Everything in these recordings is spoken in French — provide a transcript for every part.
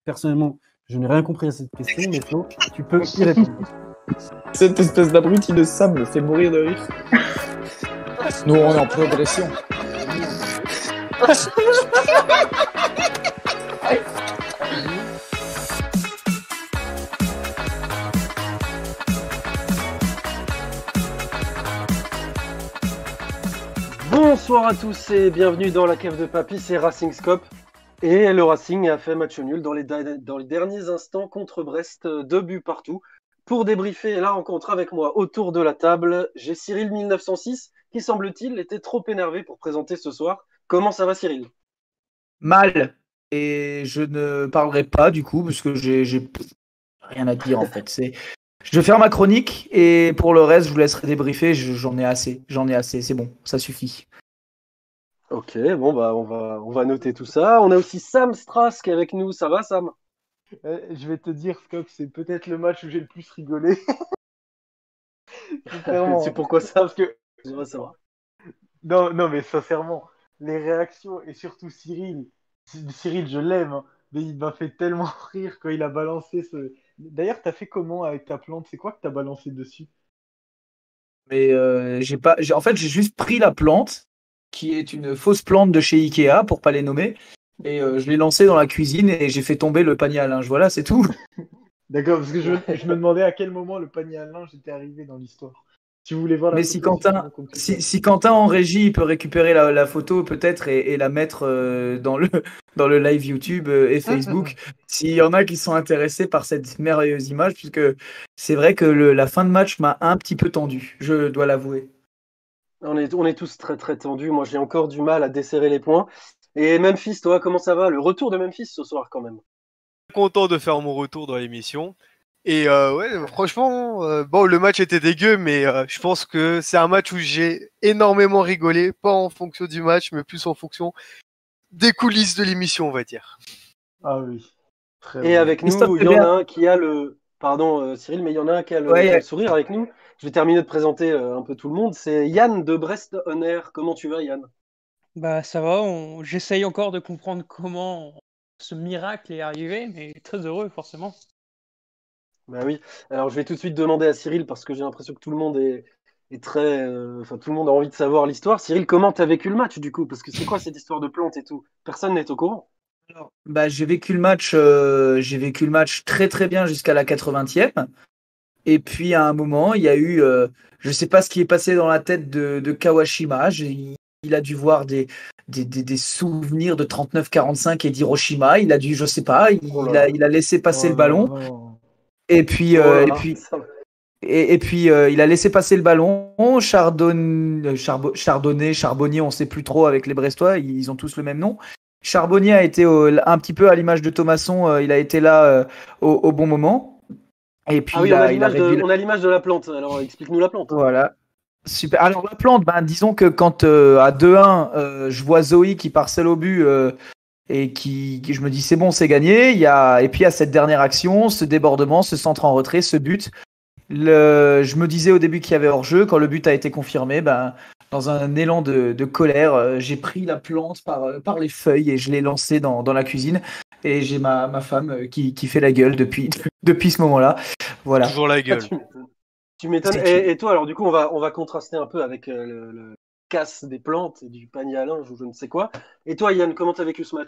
personnellement, je n'ai rien compris à cette question, mais Flo, tu peux y répondre. Cette espèce d'abruti de Sam me fait mourir de rire. Nous, on est en progression. Bonsoir à tous et bienvenue dans la cave de Papy, c'est Racing Scope. Et le Racing a fait match nul dans les derniers instants contre Brest, 2 buts partout. Pour débriefer la rencontre avec moi autour de la table, j'ai Cyril 1906 qui semble-t-il était trop énervé pour présenter ce soir. Comment ça va Cyril ? Mal. Et je ne parlerai pas du coup parce que j'ai rien à dire en fait. Je vais faire ma chronique et pour le reste je vous laisserai débriefer. J'en ai assez, c'est bon, ça suffit. Ok, bon bah on va noter tout ça. On a aussi Sam Strass qui est avec nous. Ça va Sam ? Je vais te dire, Scop, c'est peut-être le match où j'ai le plus rigolé. Sincèrement. C'est pourquoi ça ? Parce que... J'aimerais savoir. Non, mais sincèrement, les réactions, et surtout Cyril, je l'aime, hein, mais il m'a fait tellement rire quand il a balancé ce... D'ailleurs, t'as fait comment avec ta plante? C'est quoi que t'as balancé dessus? Mais en fait j'ai juste pris la plante qui est une fausse plante de chez Ikea pour pas les nommer et je l'ai lancée dans la cuisine et j'ai fait tomber le panier à linge. Voilà, c'est tout. D'accord, parce que je me demandais à quel moment le panier à linge était arrivé dans l'histoire. Si vous voulez voir la Mais photo, c'est vraiment compliqué. si Quentin en régie il peut récupérer la photo peut-être et la mettre dans le live YouTube et Facebook, s'il y en a qui sont intéressés par cette merveilleuse image, puisque c'est vrai que la fin de match m'a un petit peu tendu, je dois l'avouer. On est tous très très tendus. Moi j'ai encore du mal à desserrer les poings. Et Memphis, toi, comment ça va ? Le retour de Memphis ce soir quand même. Content de faire mon retour dans l'émission. Et ouais, franchement, bon, le match était dégueu, mais je pense que c'est un match où j'ai énormément rigolé, pas en fonction du match, mais plus en fonction des coulisses de l'émission, on va dire. Ah oui. Très Et bien. avec nous, il y en a un qui a le... Pardon Cyril, mais il y en a un qui a le sourire avec nous. Je vais terminer de présenter un peu tout le monde. C'est Yann de Brest On Air. Comment tu vas Yann ? Bah ça va, j'essaye encore de comprendre comment ce miracle est arrivé, mais très heureux forcément. Bah oui. Alors je vais tout de suite demander à Cyril parce que j'ai l'impression que tout le monde est très... Enfin, tout le monde a envie de savoir l'histoire. Cyril, comment t'as vécu le match du coup ? Parce que c'est quoi cette histoire de plante et tout ? Personne n'est au courant. Alors, bah, j'ai vécu le match très très bien jusqu'à la 80e. Et puis à un moment, il y a eu, je sais pas ce qui est passé dans la tête de Kawashima. Il a dû voir des souvenirs de 39-45 et d'Hiroshima. Il a dû, je sais pas, il a laissé passer le ballon. Non. Et puis, il a laissé passer le ballon. Charbonnier, on sait plus trop avec les Brestois. Ils ont tous le même nom. Charbonnier a été un petit peu à l'image de Thomasson. Il a été là au bon moment. Et puis, ah oui, on a l'image de la plante. Alors, explique-nous la plante. Voilà. Super. Alors, la plante, disons que quand à 2-1, je vois Zoé qui part seule au but et qui je me dis c'est bon, c'est gagné. Et puis, il y a cette dernière action, ce débordement, ce centre en retrait, ce but. Je me disais au début qu'il y avait hors-jeu. Quand le but a été confirmé, dans un élan de colère, j'ai pris la plante par les feuilles et je l'ai lancée dans la cuisine. Et j'ai ma femme qui fait la gueule depuis ce moment-là. Voilà. Toujours la gueule. Tu m'étonnes. Et toi, alors du coup, on va contraster un peu avec le casse des plantes et du panier à linge ou je ne sais quoi. Et toi, Yann, comment t'as vécu ce match ?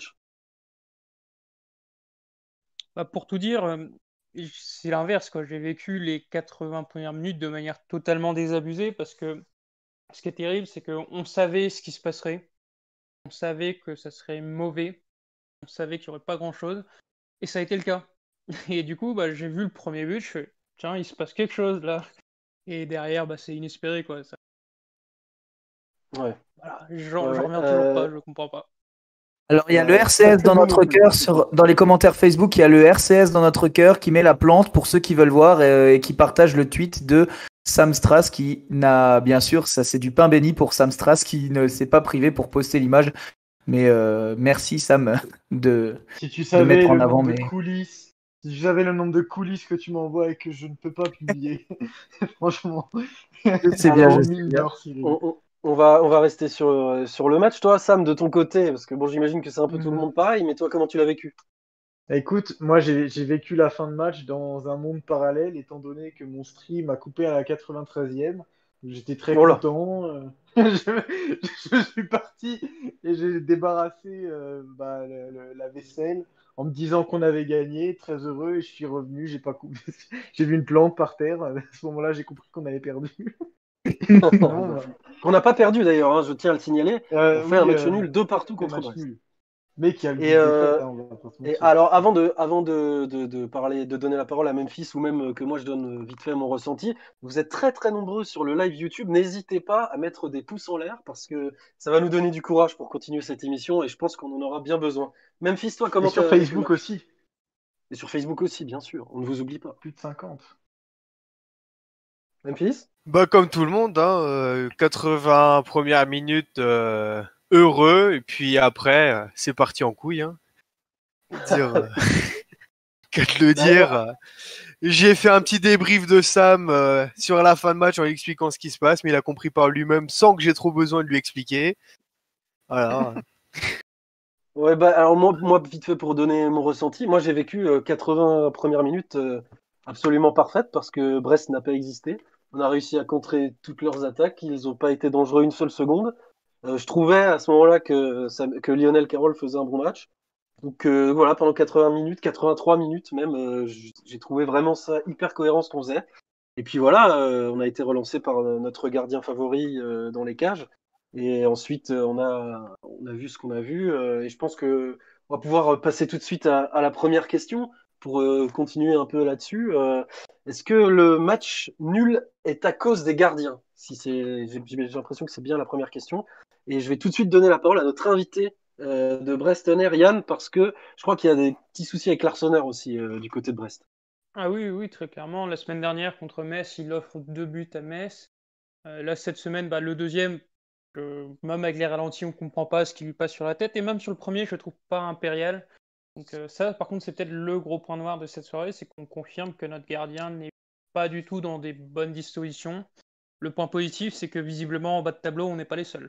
Bah, pour tout dire, c'est l'inverse, quoi. J'ai vécu les 80 premières minutes de manière totalement désabusée parce que ce qui est terrible, c'est qu'on savait ce qui se passerait. On savait que ça serait mauvais. On savait qu'il n'y aurait pas grand-chose. Et ça a été le cas. Et du coup, j'ai vu le premier but, je fais, tiens, il se passe quelque chose là. Et derrière, c'est inespéré, quoi. Ça... Ouais. Voilà, j'en reviens toujours pas, je comprends pas. Alors, il y a le RCS dans notre cœur, dans les commentaires Facebook, il y a le RCS dans notre cœur qui met la plante pour ceux qui veulent voir et qui partagent le tweet de Sam Strass qui n'a, bien sûr, ça c'est du pain béni pour Sam Strass qui ne s'est pas privé pour poster l'image. Mais merci Sam de mettre en avant. Coulisses, si j'avais le nombre de coulisses que tu m'envoies et que je ne peux pas publier, franchement, c'est bien. On va rester sur le match. Toi, Sam, de ton côté, parce que bon, j'imagine que c'est un peu tout le monde pareil, mais toi, comment tu l'as vécu ? Écoute, moi j'ai vécu la fin de match dans un monde parallèle, étant donné que mon stream a coupé à la 93e. J'étais très Oh là. content. Je suis parti et j'ai débarrassé la vaisselle en me disant qu'on avait gagné, très heureux, et je suis revenu, j'ai pas coupé. J'ai vu une plante par terre. À ce moment-là, j'ai compris qu'on avait perdu. Sinon, Qu'on n'a pas perdu d'ailleurs, hein, je tiens à le signaler. On fait un oui, match nul 2-2 c'est contre match Brest. nul. Mais qui a le Et, but de défaite, hein, on va pas se et mentir. alors, avant de parler, de donner la parole à Memphis, ou même que moi je donne vite fait mon ressenti, vous êtes très très nombreux sur le live YouTube. N'hésitez pas à mettre des pouces en l'air parce que ça va nous donner du courage pour continuer cette émission et je pense qu'on en aura bien besoin. Memphis, toi, Et comment sur t'as vécu le Facebook match? aussi, Et sur Facebook aussi, bien sûr, on ne vous oublie pas. plus de 50. Memphis? Bah comme tout le monde, hein, 80 premières minutes heureux et puis après c'est parti en couille. Hein. Dire, qu'à te le dire. J'ai fait un petit débrief de Sam sur la fin de match en lui expliquant ce qui se passe, mais il a compris par lui-même sans que j'ai trop besoin de lui expliquer. Voilà. Ouais, bah alors moi, vite fait pour donner mon ressenti, moi j'ai vécu 80 premières minutes absolument parfaites parce que Brest n'a pas existé. On a réussi à contrer toutes leurs attaques, ils n'ont pas été dangereux une seule seconde. Je trouvais à ce moment-là que Lionel Carroll faisait un bon match. Donc voilà, pendant 80 minutes, 83 minutes même, j'ai trouvé vraiment ça hyper cohérent ce qu'on faisait. Et puis voilà, on a été relancé par notre gardien favori dans les cages. Et ensuite, on a vu ce qu'on a vu. Et je pense que on va pouvoir passer tout de suite à la première question pour continuer un peu là-dessus. Est-ce que le match nul est à cause des gardiens? Si c'est, j'ai l'impression que c'est bien la première question. Et je vais tout de suite donner la parole à notre invité de Brest Tonnerre, Yann, parce que je crois qu'il y a des petits soucis avec l'Arseneur aussi du côté de Brest. Ah oui, oui, très clairement. La semaine dernière, contre Metz, il offre 2 buts à Metz. Là, cette semaine, bah, le deuxième, même avec les ralentis, on ne comprend pas ce qui lui passe sur la tête. Et même sur le premier, je ne le trouve pas impérial. Donc ça, par contre, c'est peut-être le gros point noir de cette soirée, c'est qu'on confirme que notre gardien n'est pas du tout dans des bonnes dispositions. Le point positif, c'est que visiblement, en bas de tableau, on n'est pas les seuls.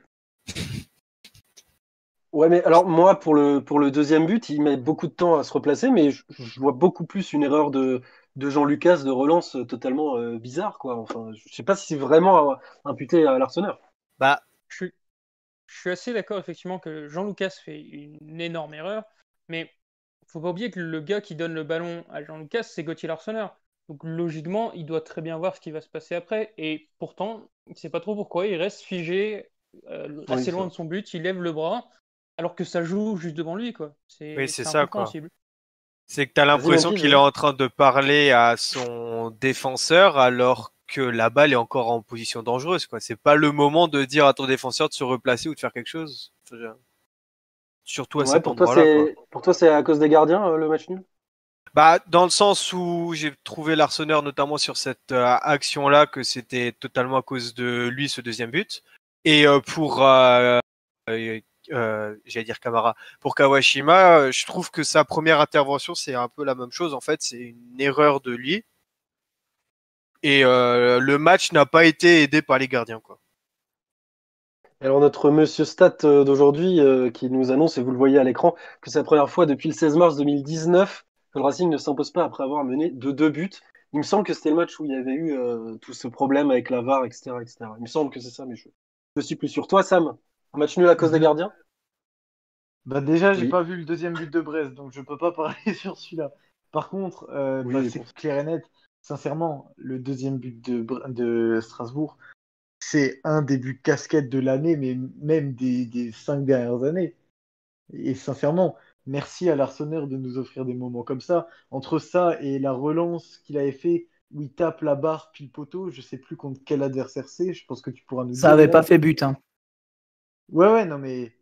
Ouais, mais alors moi, pour le deuxième but, il met beaucoup de temps à se replacer, mais je vois beaucoup plus une erreur de Jean Lucas de relance totalement bizarre, quoi. Enfin, je sais pas si c'est vraiment imputé à l'Arseneur. Bah, Je suis, je suis assez d'accord, effectivement, que Jean Lucas fait une énorme erreur, mais faut pas oublier que le gars qui donne le ballon à Jean Lucas, c'est Gauthier Larsonneur. Donc logiquement, il doit très bien voir ce qui va se passer après. Et pourtant, il ne sait pas trop pourquoi, il reste figé Oui, assez c'est loin vrai. de son but, il lève le bras, alors que ça joue juste devant lui, quoi. oui, C'est c'est ça, quoi. incompréhensible. C'est que t'as Vas-y, l'impression Memphis, qu'il est vas-y. en train de parler à son défenseur alors que la balle est encore en position dangereuse, quoi. C'est pas le moment de dire à ton défenseur de se replacer ou de faire quelque chose. Surtout à Ouais, cet endroit-là, quoi. pour toi, c'est à cause des gardiens le match nul? Bah, dans le sens où j'ai trouvé l'Arseneur, notamment sur cette action-là, que c'était totalement à cause de lui, ce deuxième but. Et pour, j'allais dire Kamara, pour Kawashima, je trouve que sa première intervention, c'est un peu la même chose. En fait, c'est une erreur de lui. Et le match n'a pas été aidé par les gardiens, quoi. Alors notre monsieur Stat d'aujourd'hui qui nous annonce, et vous le voyez à l'écran, que c'est la première fois depuis le 16 mars 2019 que le Racing ne s'impose pas après avoir mené de 2 buts. Il me semble que c'était le match où il y avait eu tout ce problème avec la VAR, etc., etc. Il me semble que c'est ça, mais je suis plus sûr. Toi, Sam, un match nul à cause des Mhm. gardiens? Bah déjà, j'ai Oui, pas vu le deuxième but de Brest, donc je peux pas parler sur celui-là. Par contre, oui, c'est bon. clair et net. Sincèrement, le deuxième but de Strasbourg, c'est un des buts casquettes de l'année, mais même des 5 dernières années. Et sincèrement, merci à l'Arseneur de nous offrir des moments comme ça. Entre ça et la relance qu'il avait fait, où il tape la barre pile poteau, je sais plus contre quel adversaire c'est, je pense que tu pourras nous Ça dire, avait pas Yann. fait but, hein. Ouais, ouais, non, mais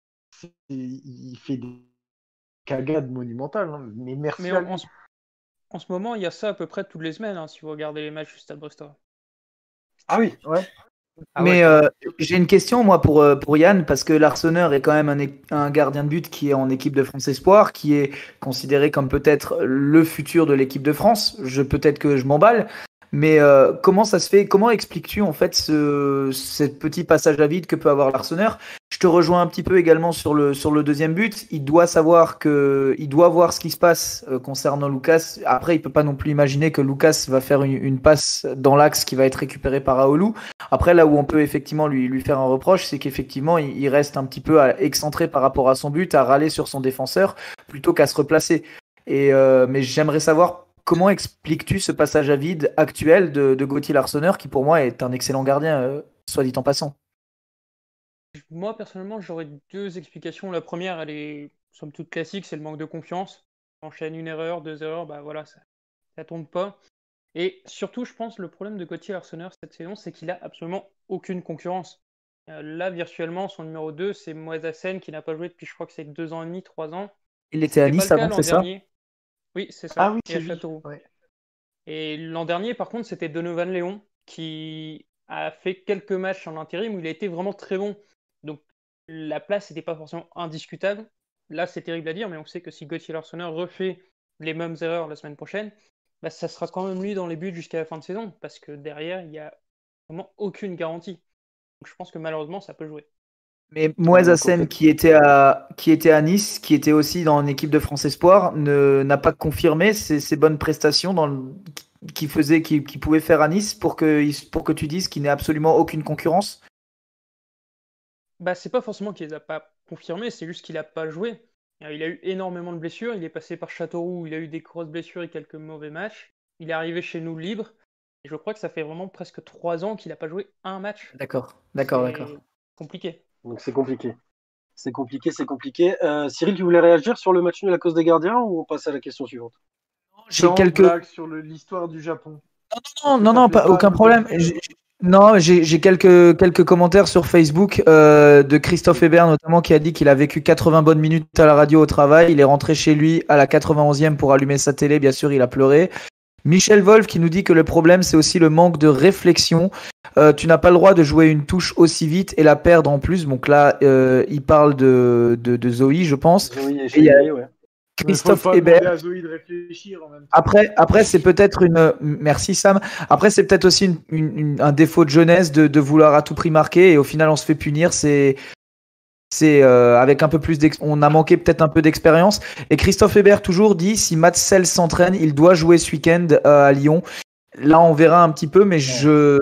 il fait des cagades monumentales, hein. Mais Mais merci à lui. en ce moment, il y a ça à peu près toutes les semaines, hein, si vous regardez les matchs du Stade Brestois. Ah oui, Ouais. Ah ouais, Mais quand même. j'ai une question, moi, pour Yann, parce que l'Arseneur est quand même un gardien de but qui est en équipe de France Espoir, qui est considéré comme peut-être le futur de l'équipe de France. Peut-être que je m'emballe, Mais comment ça se fait? Comment expliques-tu en fait ce petit passage à vide que peut avoir l'Arseneur? Je te rejoins un petit peu également sur le deuxième but. Il doit voir ce qui se passe concernant Lucas. Après, il peut pas non plus imaginer que Lucas va faire une passe dans l'axe qui va être récupérée par Aoulou. Après, là où on peut effectivement lui faire un reproche, c'est qu'effectivement, il reste un petit peu excentré par rapport à son but, à râler sur son défenseur plutôt qu'à se replacer. Mais j'aimerais savoir comment expliques-tu ce passage à vide actuel de Gauthier Larsonneur, qui pour moi est un excellent gardien, soit dit en passant. Moi, personnellement, j'aurais deux explications. La première, elle est somme toute classique, c'est le manque de confiance. Enchaîne une erreur, deux erreurs, bah voilà, ça tombe pas. Et surtout, je pense, le problème de Gauthier Larsonneur cette saison, c'est qu'il a absolument aucune concurrence. Là, virtuellement, son numéro 2, c'est Moïse Hassen, qui n'a pas joué depuis, je crois que c'est 2 ans et demi, 3 ans. Il était à C'était pas Nice le cas avant, l'an c'est ça? dernier. Oui, c'est ça. Ah oui, Et c'est à lui. Châteauroux. Ouais. Et l'an dernier, par contre, c'était Donovan Léon qui a fait quelques matchs en intérim où il a été vraiment très bon. Donc la place n'était pas forcément indiscutable. Là, c'est terrible à dire, mais on sait que si Gauthier Larsonneur refait les mêmes erreurs la semaine prochaine, bah, ça sera quand même lui dans les buts jusqu'à la fin de saison, parce que derrière, il n'y a vraiment aucune garantie. Donc je pense que malheureusement, ça peut jouer. Mais Moïse Hassen, complètement. qui était à Nice, qui était aussi dans l'équipe de France Espoir, n'a pas confirmé ses bonnes prestations qu'il pouvait faire à Nice pour que tu dises qu'il n'ait absolument aucune concurrence. Bah, c'est pas forcément qu'il les a pas confirmés, c'est juste qu'il a pas joué. Il a eu énormément de blessures, il est passé par Châteauroux où il a eu des grosses blessures et quelques mauvais matchs. Il est arrivé chez nous libre, et je crois que ça fait vraiment presque 3 ans qu'il n'a pas joué un match. D'accord. C'est compliqué. Donc c'est compliqué. C'est compliqué. Cyril, tu voulais réagir sur le match nul à cause des gardiens ou on passe à la question suivante? J'ai Sans quelques blague sur l'histoire du Japon. Non, pas, aucun problème. Non, j'ai quelques commentaires sur Facebook de Christophe Hébert notamment qui a dit qu'il a vécu 80 bonnes minutes à la radio au travail. Il est rentré chez lui à la 91e pour allumer sa télé. Bien sûr, il a pleuré. Michel Wolf qui nous dit que le problème, c'est aussi le manque de réflexion. Tu n'as pas le droit de jouer une touche aussi vite et la perdre en plus. Donc là, il parle de Zoé, je pense. Zoé et Et il y a Shelley, ouais. Christophe Faut pas Hébert. demander à Zoé de réfléchir en même temps. Après, c'est peut-être merci Sam. Après, c'est peut-être aussi un défaut de jeunesse de vouloir à tout prix marquer et au final, on se fait punir. C'est avec un peu plus on a manqué peut-être un peu d'expérience. Et Christophe Hébert toujours dit si Matt Sells s'entraîne, il doit jouer ce week-end à Lyon. Là, on verra un petit peu, mais je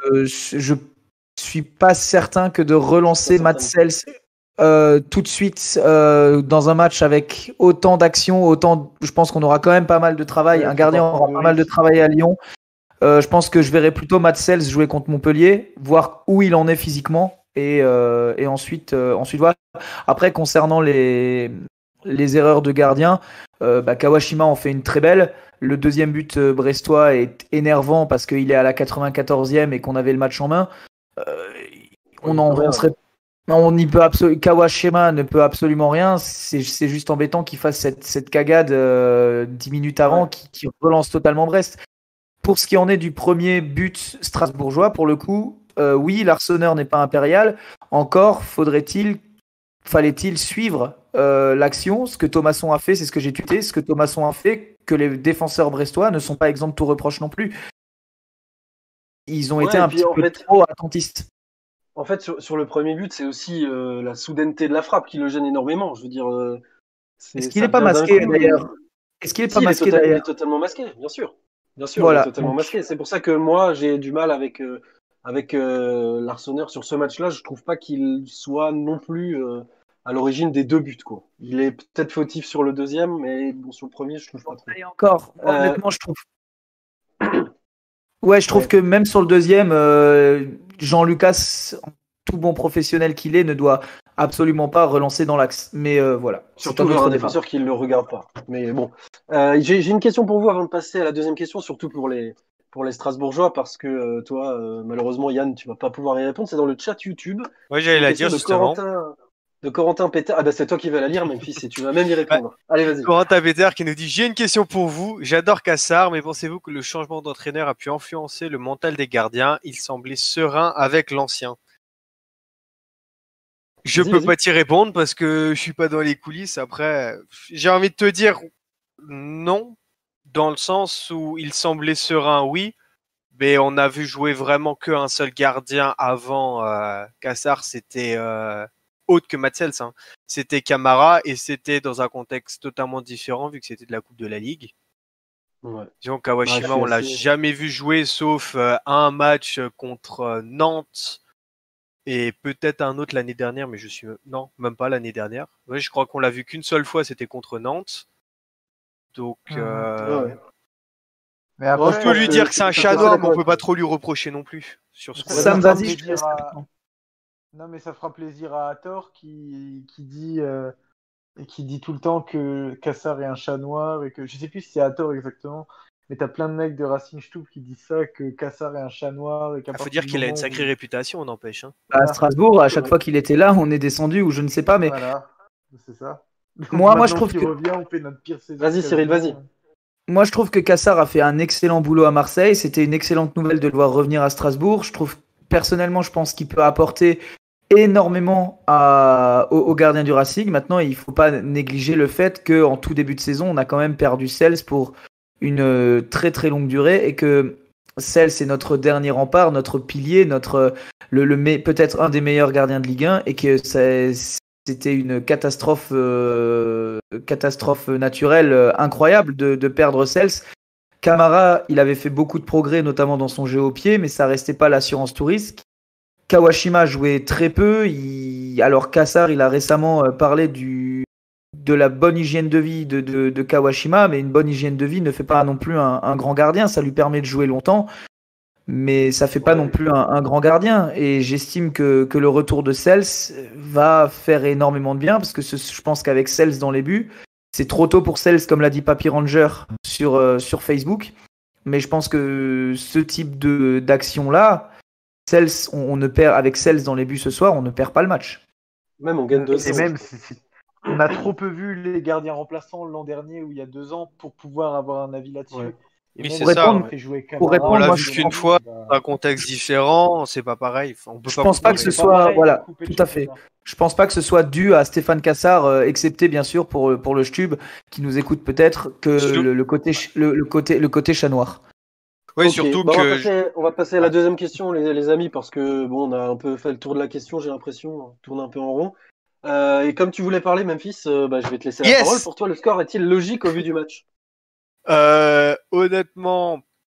suis pas certain que de relancer Matt Sells tout de suite dans un match avec autant d'actions, je pense qu'on aura quand même pas mal de travail. Ouais, un gardien aura pas mal de travail à Lyon. Je pense que je verrai plutôt Matt Sells jouer contre Montpellier, voir où il en est physiquement et ensuite voilà. Après, concernant les erreurs de gardien, Kawashima en fait une très belle. Le deuxième but brestois est énervant parce qu'il est à la 94e et qu'on avait le match en main. Kawashima ne peut absolument rien. C'est juste embêtant qu'il fasse cette cagade 10 minutes avant qui relance totalement Brest. Pour ce qui en est du premier but strasbourgeois, pour le coup, oui, l'Arseneur n'est pas impérial. Encore fallait-il suivre l'action. Ce que Thomasson a fait, c'est ce que j'ai tweeté. Ce que Thomasson a fait, que les défenseurs brestois ne sont pas exempts de tout reproche non plus. Ils ont été un petit peu trop attentistes. En fait, sur le premier but, c'est aussi la soudaineté de la frappe qui le gêne énormément. Je veux dire, est-ce qu'il n'est pas masqué d'ailleurs? Est-ce qu'il n'est pas masqué d'ailleurs? Il est totalement masqué, bien sûr. Bien sûr, voilà. il est totalement masqué. C'est pour ça que moi, j'ai du mal avec l'Arseneur sur ce match-là. Je trouve pas qu'il soit non plus à l'origine des deux buts, quoi. Il est peut-être fautif sur le deuxième, mais bon, sur le premier, je trouve pas trop. Et encore, honnêtement, je trouve. Ouais, je trouve que même sur le deuxième, Jean-Lucas, tout bon professionnel qu'il est, ne doit absolument pas relancer dans l'axe. Mais voilà. Surtout vers un défenseur qui ne le regarde pas. Mais bon, j'ai une question pour vous avant de passer à la deuxième question, surtout pour les Strasbourgeois, parce que toi, malheureusement, Yann, tu vas pas pouvoir y répondre. C'est dans le chat YouTube. Oui, j'allais la dire justement. De Corentin Péter. Ah bah c'est toi qui vas la lire, Memphis, et tu vas même y répondre. Allez, vas-y. Corentin Péter qui nous dit: j'ai une question pour vous. J'adore Cassar, mais pensez-vous que le changement d'entraîneur a pu influencer le mental des gardiens? Il semblait serein avec l'ancien. Je peux pas t'y répondre parce que je suis pas dans les coulisses. Après, j'ai envie de te dire non, dans le sens où il semblait serein, oui, Mais on a vu jouer vraiment qu'un seul gardien avant Cassar, c'était autre que Matsels. Hein. C'était Camara et c'était dans un contexte totalement différent vu que c'était de la Coupe de la Ligue. Ouais. Disons Kawashima, on l'a jamais vu jouer sauf un match contre Nantes et peut-être un autre l'année dernière, mais non, même pas l'année dernière. Ouais, je crois qu'on l'a vu qu'une seule fois, c'était contre Nantes. Donc, Ouais. Mais on après, peut lui dire que c'est un chat noir, mais on peut pas trop lui reprocher non plus. Sur ce Sam, fera vas-y, je te plaisir laisse. Non, mais ça fera plaisir à Hathor qui dit et qui dit tout le temps que Kassar est un chat noir et que je sais plus si c'est Hathor exactement, mais t'as plein de mecs de Racing Stouff qui disent ça que Kassar est un chat noir et qu'à Il faut partir dire du qu'il a une moment sacrée où... réputation, on n'empêche. Hein. À Strasbourg, à chaque fois qu'il était là, on est descendu ou je ne sais pas, mais Voilà, c'est ça. Donc moi, je maintenant trouve qu'il que revient, on fait notre pire saison. Vas-y, Cyril, vas-y. Moi, je trouve que Cassar a fait un excellent boulot à Marseille. C'était une excellente nouvelle de le voir revenir à Strasbourg. Personnellement, je pense qu'il peut apporter énormément aux gardiens du Racing. Maintenant, il ne faut pas négliger le fait qu'en tout début de saison, on a quand même perdu Sels pour une très très longue durée et que Sels est notre dernier rempart, notre pilier, peut-être un des meilleurs gardiens de Ligue 1 et que c'était une catastrophe naturelle incroyable de perdre Sels. Camara, il avait fait beaucoup de progrès, notamment dans son jeu au pied, mais ça restait pas l'assurance tout risque. Kawashima jouait très peu. Alors Kassar, il a récemment parlé de la bonne hygiène de vie de Kawashima, mais une bonne hygiène de vie ne fait pas non plus un grand gardien. Ça lui permet de jouer longtemps, mais ça fait pas non plus un grand gardien. Et j'estime que le retour de Sels va faire énormément de bien, parce que je pense qu'avec Sels dans les buts, c'est trop tôt pour Sels, comme l'a dit Papy Ranger sur Facebook. Mais je pense que ce type d'action-là, Sels, on ne perd, avec Sels dans les buts ce soir, on ne perd pas le match. Même on gagne 2-0. Et même, on a trop peu vu les gardiens remplaçants l'an dernier ou il y a 2 ans pour pouvoir avoir un avis là-dessus. Ouais. Et Oui, même c'est si ça, on ouais. fait jouer Pour Camara, On l'a moi, vu je qu'une pense- fois, dans un contexte différent, c'est pas pareil. On peut Je pas pense pas que comparer. ce soit, voilà, tout à fait. Je pense pas que ce soit dû à Stéphane Cassar, excepté bien sûr pour le Stub qui nous écoute peut-être que le côté chat noir. Oui, Ok, surtout bah que on va passer à la deuxième question, les amis, parce que bon, on a un peu fait le tour de la question, j'ai l'impression, on tourne un peu en rond. Et comme tu voulais parler, Memphis, bah, je vais te laisser la parole. yes. Pour toi, le score est-il logique au vu du match? Honnêtement,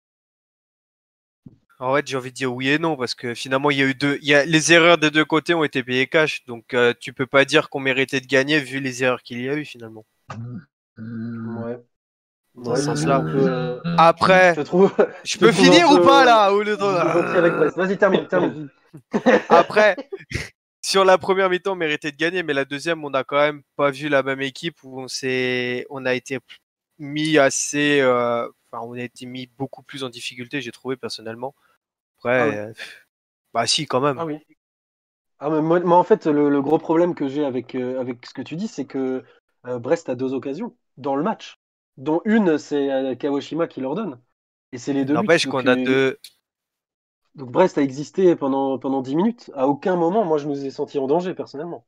en fait, j'ai envie de dire oui et non parce que finalement, les erreurs des deux côtés ont été payées cash, donc tu peux pas dire qu'on méritait de gagner vu les erreurs qu'il y a eu finalement. Ouais. Dans Ouais, ce je te trouve sens-là. un peu, Après, je te trouve, je je te peux trouve un finir ou peu pas là au lieu gentil avec Brest. Vas-y, termine. Après, sur la première mi-temps, on méritait de gagner, mais la deuxième, on n'a quand même pas vu la même équipe où on a été mis on a été mis beaucoup plus en difficulté, j'ai trouvé personnellement. Après, Ah ouais. bah si, quand même. Ah oui. Ah, mais moi, en fait, le gros problème que j'ai avec ce que tu dis, c'est que Brest a deux occasions dans le match, dont une, c'est Kawashima qui leur donne. Et c'est les deux buts. N'empêche qu'on a deux. Donc Brest a existé pendant 10 minutes. À aucun moment, moi, je nous ai sentis en danger, personnellement.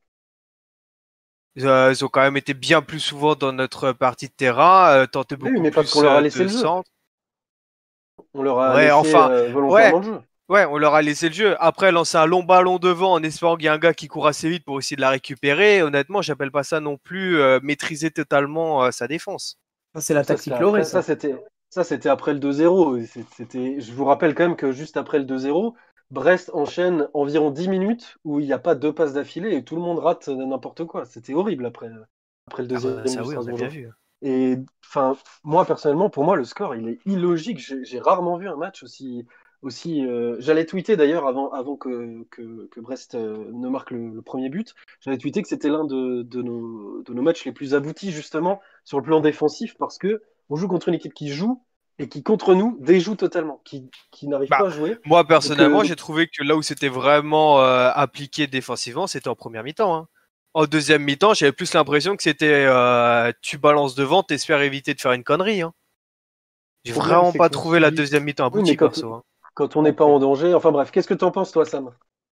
Ils ont quand même été bien plus souvent dans notre partie de terrain, tenté Oui, beaucoup mais parce qu'on plus leur a laissé de le jeu. centres. On leur a Ouais, laissé enfin, volontairement ouais, le jeu. ouais, on leur a laissé le jeu. Après, lancer un long ballon devant en espérant qu'il y ait un gars qui court assez vite pour essayer de la récupérer. Honnêtement, j'appelle pas ça non plus maîtriser totalement sa défense. Ça, c'est la Ça, c'était tactique Loré, après, ça. c'était après le 2-0. Et je vous rappelle quand même que juste après le 2-0, Brest enchaîne environ 10 minutes où il n'y a pas deux passes d'affilée et tout le monde rate n'importe quoi. C'était horrible après le Ah deuxième bah ça du oui, on a bien Strasbourgeois. vu. Et enfin, moi personnellement, pour moi, le score, il est illogique. J'ai rarement vu un match aussi. J'allais tweeter d'ailleurs avant que Brest ne marque le premier but. J'avais tweeté que c'était l'un de nos matchs les plus aboutis justement sur le plan défensif parce que on joue contre une équipe qui joue et qui contre nous déjoue totalement, qui n'arrive Bah, pas à jouer. moi Donc, personnellement, j'ai trouvé que là où c'était vraiment appliqué défensivement, c'était en première mi-temps. Hein. En deuxième mi-temps, j'avais plus l'impression que c'était tu balances devant, t'espères éviter de faire une connerie. Hein. J'ai Le problème, vraiment c'est pas qu'on trouvé la subit. deuxième mi-temps oui, mais aboutie perso. Hein. quand on n'est pas en danger, enfin bref, qu'est-ce que t'en penses toi, Sam?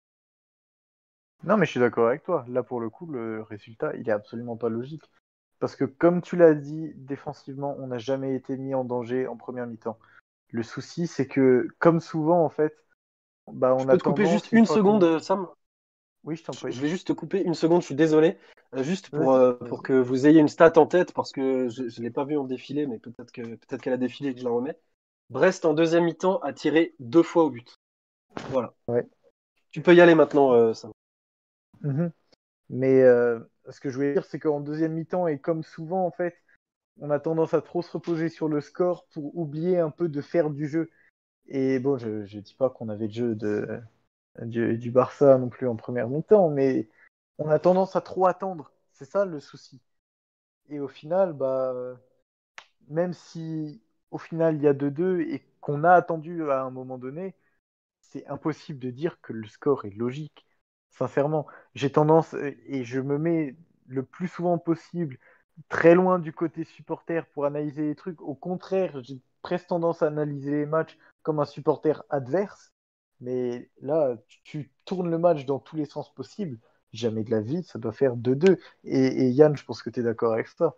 Non, mais je suis d'accord avec toi. Là, pour le coup, le résultat, il est absolument pas logique. Parce que, comme tu l'as dit, défensivement, on n'a jamais été mis en danger en première mi-temps. Le souci, c'est que, comme souvent, en fait, bah, Je on peux a te couper tendance, juste une une fois qu'on... seconde, Sam? Oui, je t'en prie. Je vais juste te couper une seconde, je suis désolé. Juste Vas-y, pour vas-y. que vous ayez une stat en tête, parce que je ne l'ai pas vu en défilé, mais peut-être qu'elle a défilé et que je la remets. Brest, en deuxième mi-temps, a tiré 2 fois au but. Voilà. Ouais. Tu peux y aller maintenant, Sam. Mhm. Mais ce que je voulais dire, c'est qu'en deuxième mi-temps, et comme souvent, en fait, on a tendance à trop se reposer sur le score pour oublier un peu de faire du jeu. Et bon, je ne dis pas qu'on avait le jeu du Barça non plus en première mi-temps, mais on a tendance à trop attendre. C'est ça le souci. Et au final, bah, même si au final il y a 2-2 et qu'on a attendu à un moment donné, c'est impossible de dire que le score est logique. Sincèrement, j'ai tendance, et je me mets le plus souvent possible très loin du côté supporter pour analyser les trucs. Au contraire, j'ai presque tendance à analyser les matchs comme un supporter adverse. Mais là, tu tournes le match dans tous les sens possibles. Jamais de la vie, ça doit faire 2-2. Et Yann, je pense que tu es d'accord avec ça.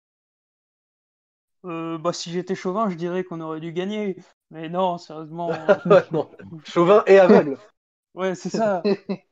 Bah, si j'étais chauvin, je dirais qu'on aurait dû gagner. Mais non, sérieusement, Ouais, non. Chauvin et aveugle. ouais, c'est ça.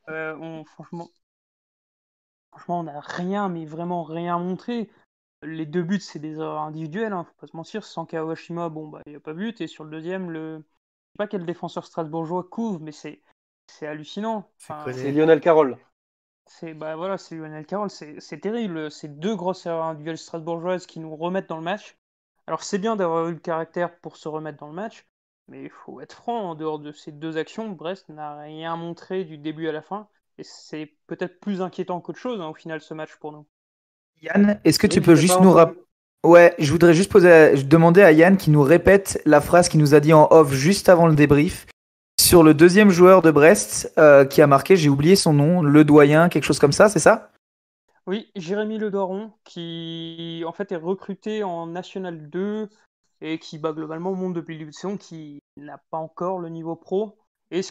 Franchement, on n'a rien, mais vraiment rien montré. Les deux buts, c'est des erreurs individuelles, hein, faut pas se mentir. Sans Kawashima, bon, bah, il n'y a pas but. Et sur le deuxième, je sais pas quel défenseur strasbourgeois couvre, mais c'est hallucinant. C'est Enfin, C'est connu. Lionel Carroll. bah voilà, c'est Lionel Carroll, c'est terrible. C'est deux grosses erreurs individuelles strasbourgeoises qui nous remettent dans le match. Alors c'est bien d'avoir eu le caractère pour se remettre dans le match, mais il faut être franc, en dehors de ces deux actions, Brest n'a rien montré du début à la fin, et c'est peut-être plus inquiétant qu'autre chose, hein, au final, ce match pour nous. Yann, est-ce que tu Oui, je peux t'ai pas juste nous entendu. rappeler. Ouais, je voudrais juste demander à Yann qui nous répète la phrase qu'il nous a dit en off juste avant le débrief sur le deuxième joueur de Brest qui a marqué, j'ai oublié son nom, le doyen, quelque chose comme ça, c'est ça? Oui, Jérémy Le Doron, qui en fait est recruté en National 2 et qui bah, globalement monte depuis le début de saison, qui n'a pas encore le niveau pro. Et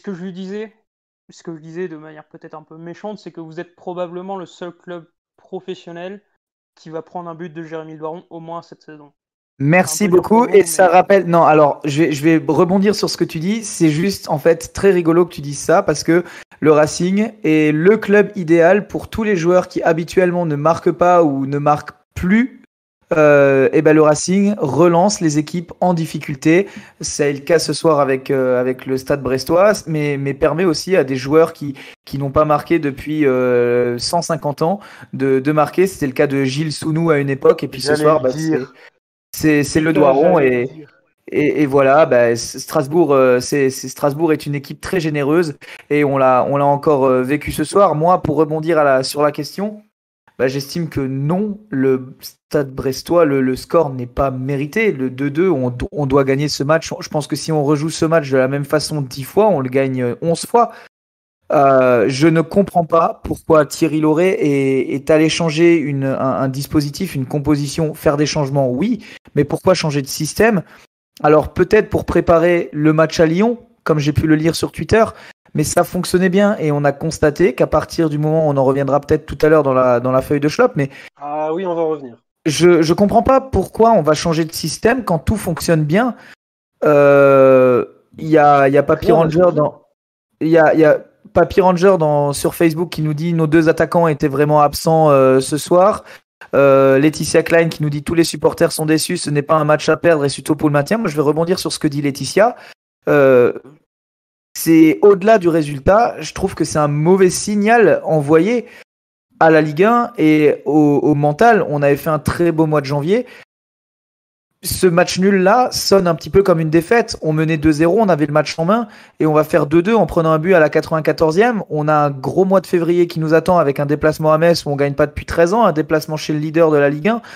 ce que je disais de manière peut-être un peu méchante, c'est que vous êtes probablement le seul club professionnel qui va prendre un but de Jérémy Le Doron au moins cette saison. C'est un Merci peu dur beaucoup. pour Et vous, ça mais rappelle. Non, alors, je vais rebondir sur ce que tu dis. C'est juste, en fait, très rigolo que tu dises ça parce que le Racing est le club idéal pour tous les joueurs qui habituellement ne marquent pas ou ne marquent plus. Et ben le Racing relance les équipes en difficulté. C'est le cas ce soir avec le Stade Brestois, mais permet aussi à des joueurs qui n'ont pas marqué depuis 150 ans de marquer. C'était le cas de Gilles Sounou à une époque. Et puis ce J'allais soir, le bah, c'est dire. c'est le Putain, Doiron j'allais le dire. et voilà, bah, Strasbourg, Strasbourg est une équipe très généreuse et on l'a encore vécu ce soir. Moi, pour rebondir sur la question, bah, j'estime que non, le Stade Brestois, le score n'est pas mérité. Le 2-2, on doit gagner ce match. Je pense que si on rejoue ce match de la même façon 10 fois, on le gagne 11 fois. Je ne comprends pas pourquoi Thierry Lauré est allé changer un dispositif, une composition, faire des changements, oui, mais pourquoi changer de système? Alors peut-être pour préparer le match à Lyon, comme j'ai pu le lire sur Twitter, mais ça fonctionnait bien et on a constaté qu'à partir du moment, on en reviendra peut-être tout à l'heure dans la feuille de Schlop, mais Ah oui, on va en revenir. je comprends pas pourquoi on va changer de système quand tout fonctionne bien. Euh, Il y a Papy Rien n'a Ranger changé. il y a Papy Ranger sur Facebook qui nous dit nos deux attaquants étaient vraiment absents ce soir. Laetitia Klein qui nous dit tous les supporters sont déçus, ce n'est pas un match à perdre et surtout pour le maintien. Moi, je vais rebondir sur ce que dit Laetitia. Euh, c'est au-delà du résultat. Je trouve que c'est un mauvais signal envoyé à la Ligue 1 et au mental. On avait fait un très beau mois de janvier. Ce match nul-là sonne un petit peu comme une défaite. On menait 2-0, on avait le match en main et on va faire 2-2 en prenant un but à la 94e. On a un gros mois de février qui nous attend avec un déplacement à Metz où on gagne pas depuis 13 ans, un déplacement chez le leader de la Ligue 1.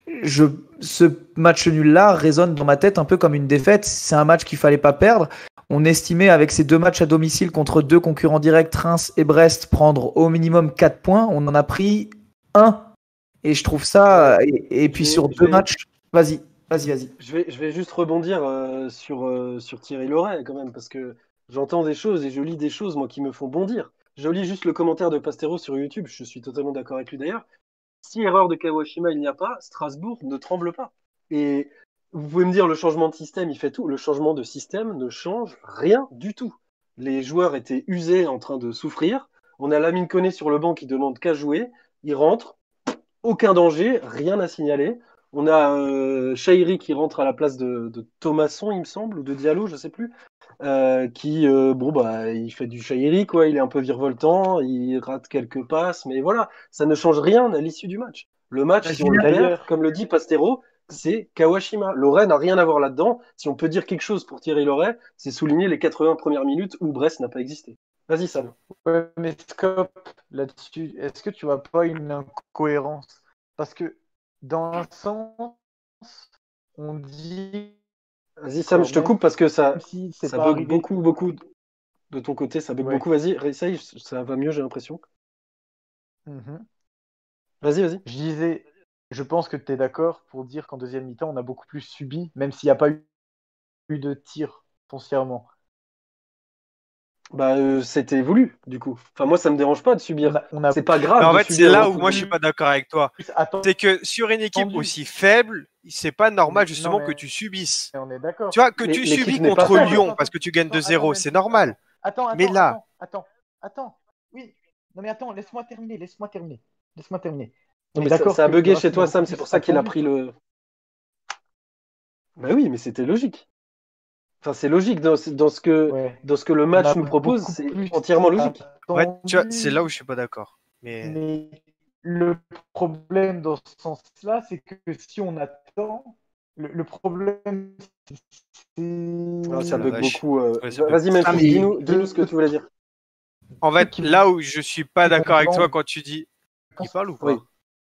Ce match nul-là résonne dans ma tête un peu comme une défaite. C'est un match qu'il fallait pas perdre. On estimait avec ces deux matchs à domicile contre deux concurrents directs, Reims et Brest, prendre au minimum 4 points. On en a pris 1. Et je trouve ça. Et puis sur Je deux vais, matchs, vas-y. Vas-y. je vais juste rebondir sur Thierry Loret quand même, parce que j'entends des choses et je lis des choses, moi, qui me font bondir. Je lis juste le commentaire de Pastero sur YouTube, je suis totalement d'accord avec lui d'ailleurs. Si erreur de Kawashima il n'y a pas, Strasbourg ne tremble pas. Et Vous pouvez me dire le changement de système, il fait tout. Le changement de système ne change rien du tout. Les joueurs étaient usés, en train de souffrir. On a Lamine Koné sur le banc qui demande qu'à jouer. Il rentre, aucun danger, rien à signaler. On a Chahiri qui rentre à la place de Thomasson, il me semble, ou de Diallo, je sais plus. Qui, il fait du Chahiri, quoi. Il est un peu virevoltant, il rate quelques passes, mais voilà, ça ne change rien à l'issue du match. Le match, si on le perd, D'ailleurs, comme le dit Pastero, c'est Kawashima. Loret n'a rien à voir là-dedans. Si on peut dire quelque chose pour Thierry Loret, c'est souligner les 80 premières minutes où Brest n'a pas existé. Vas-y, Sam. ouais, mais Scope, là-dessus, est-ce que tu vois pas une incohérence? Parce que dans un sens, on dit, Vas-y, Sam, je te même coupe parce que ça si c'est pas bug arrivé. beaucoup de ton côté. Ça bug Ouais. beaucoup. Vas-y, réessaye, ça va mieux, j'ai l'impression. Mhm. Vas-y. Je disais, je pense que tu es d'accord pour dire qu'en deuxième mi-temps, on a beaucoup plus subi, même s'il n'y a pas eu de tir foncièrement. Bah, c'était voulu, du coup. Enfin, moi, ça me dérange pas de subir. On a C'est pas grave Mais en de fait, c'est subir là dans où le moi je football. suis pas d'accord avec toi. Attends, C'est que sur une équipe Attendu. aussi faible, c'est pas normal Non, justement mais- que tu subisses. on est d'accord. Tu vois, que Mais tu l'équipe subis n'est pas contre faible. Lyon parce que tu gagnes 2-0, c'est normal. Attends, Mais là- attends. Oui, non mais attends, laisse-moi terminer. Non, On mais est d'accord ça a que bugué le chez Racing toi, a Sam. beaucoup C'est pour plus ça qu'il a attendu. pris le. Bah oui, mais c'était logique. Enfin, c'est logique dans ce que Ouais. le On match a nous propose. beaucoup C'est plus entièrement logique. Ouais, tu vois, attendu, c'est là où je suis pas d'accord. Mais mais le problème dans ce sens-là, c'est que si on attend, le problème, c'est. Ah, ça la bug vache. beaucoup. Ouais, ça bug. Vas-y, Memphis, Ah, mais- dis-nous ce que tu voulais dire. En fait, qui- là où je suis pas d'accord avec toi comprendre. quand tu dis, il parle ou pas? Oui.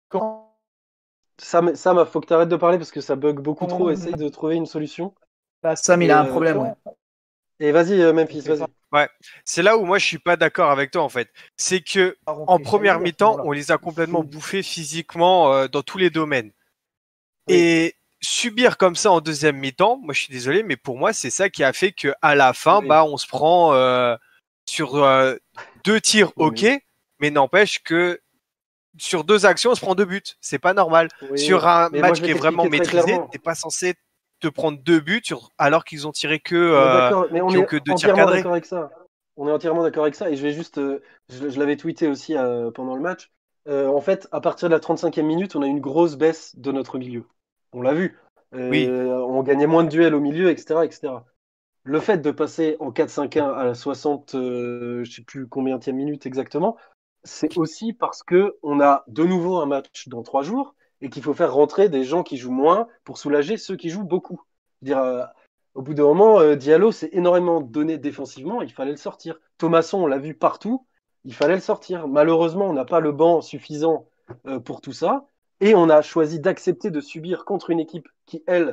Sam, faut que tu arrêtes de parler parce que ça bug beaucoup trop. Essaye de trouver une solution. Sam, il a un problème, ouais. Et vas-y, Memphis, vas-y. C'est là où moi je suis pas d'accord avec toi en fait. C'est que en première mi-temps, on les a complètement bouffés physiquement dans tous les domaines. Oui. Et subir comme ça en deuxième mi-temps, moi je suis désolé, mais pour moi c'est ça qui a fait que à la fin, Oui. on se prend sur 2 tirs, Oui, ok, mais n'empêche que sur 2 actions, on se prend 2 buts. C'est pas normal. Oui. Sur un Mais moi, match je vais qui est vraiment t'expliquer très maîtrisé, clairement. t'es pas censé te prendre 2 buts alors qu'ils ont tiré On est d'accord, mais on qui ont est que 2 tirs entièrement cadrés. d'accord avec ça. On est entièrement d'accord avec ça. Et je vais juste. Je l'avais tweeté aussi pendant le match. En fait, à partir de la 35e minute, on a une grosse baisse de notre milieu. On l'a vu. Oui. On gagnait moins de duels au milieu, etc., etc. Le fait de passer en 4-5-1 à la 60, je sais plus combienième minute exactement, c'est aussi parce que on a de nouveau un match dans 3 jours et qu'il faut faire rentrer des gens qui jouent moins pour soulager ceux qui jouent beaucoup. Dire, au bout d'un moment, Diallo s'est énormément donné défensivement, il fallait le sortir. Thomasson, on l'a vu partout, il fallait le sortir. Malheureusement, on n'a pas le banc suffisant pour tout ça et on a choisi d'accepter de subir contre une équipe qui, elle,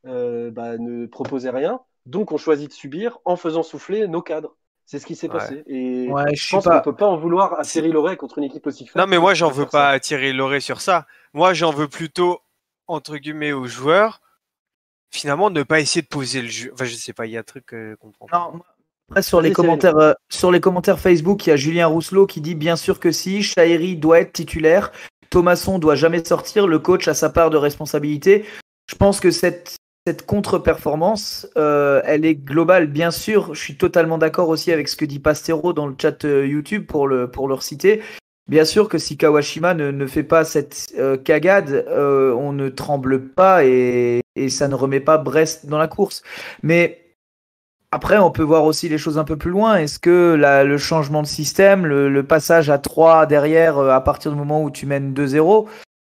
ne proposait rien. Donc, on choisit de subir en faisant souffler nos cadres. C'est ce qui s'est passé. Et Ouais, je pense qu'on ne peut pas en vouloir à Thierry Loret contre une équipe aussi forte. Non, mais moi, j'en de veux faire ça. pas tirer Loré sur ça. Moi, j'en veux plutôt, entre guillemets, aux joueurs, finalement, ne pas essayer de poser le jeu. Enfin, je sais pas, il y a un truc qu'on comprend pas. Non, après, sur les commentaires Facebook, il y a Julien Rousselot qui dit bien sûr que si, Chahiri doit être titulaire, Thomasson doit jamais sortir, le coach a sa part de responsabilité. Je pense que cette contre-performance, elle est globale, bien sûr. Je suis totalement d'accord aussi avec ce que dit Pastero dans le chat YouTube pour le reciter. Bien sûr que si Kawashima ne fait pas cette cagade, on ne tremble pas et ça ne remet pas Brest dans la course. Mais après, on peut voir aussi les choses un peu plus loin. Est-ce que le changement de système, le passage à 3 derrière à partir du moment où tu mènes 2-0,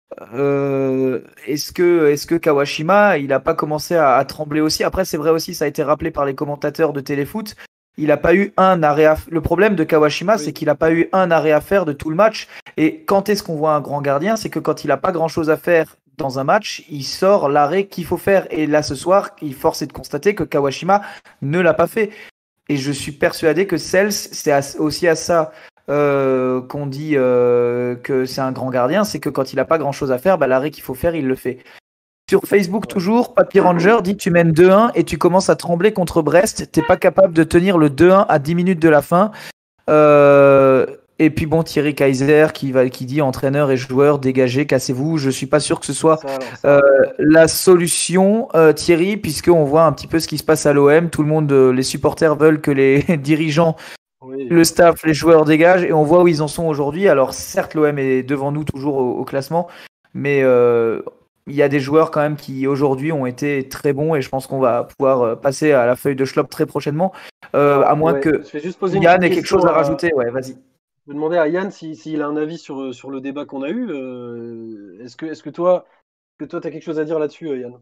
est-ce que Kawashima, il n'a pas commencé à trembler aussi? Après, c'est vrai aussi, ça a été rappelé par les commentateurs de Téléfoot, il n'a pas eu un arrêt à... Le problème de Kawashima, c'est qu'il n'a pas eu un arrêt à faire de tout le match. Et quand est-ce qu'on voit un grand gardien? C'est que quand il n'a pas grand-chose à faire dans un match, il sort l'arrêt qu'il faut faire. Et là, ce soir, il force est de constater que Kawashima ne l'a pas fait. Et je suis persuadé que Cels, c'est aussi à ça qu'on dit que c'est un grand gardien, c'est que quand il n'a pas grand-chose à faire, l'arrêt qu'il faut faire, il le fait. Sur Facebook, toujours, Papy Ranger dit tu mènes 2-1 et tu commences à trembler contre Brest. T'es pas capable de tenir le 2-1 à 10 minutes de la fin. Et puis bon, Thierry Kaiser qui dit entraîneur et joueurs, dégagez, cassez-vous. Je suis pas sûr que ce soit la solution, Thierry, puisqu'on voit un petit peu ce qui se passe à l'OM. Tout le monde, les supporters veulent que les dirigeants, le staff, les joueurs dégagent, et on voit où ils en sont aujourd'hui. Alors certes, l'OM est devant nous toujours au classement, mais il y a des joueurs quand même qui aujourd'hui ont été très bons, et je pense qu'on va pouvoir passer à la feuille de Schlopp très prochainement, à moins que Yann ait quelque chose à rajouter. Ouais, vas-y. Je vais demander à Yann s'il a un avis sur le débat qu'on a eu. Est-ce que toi, tu as quelque chose à dire là-dessus, Yann?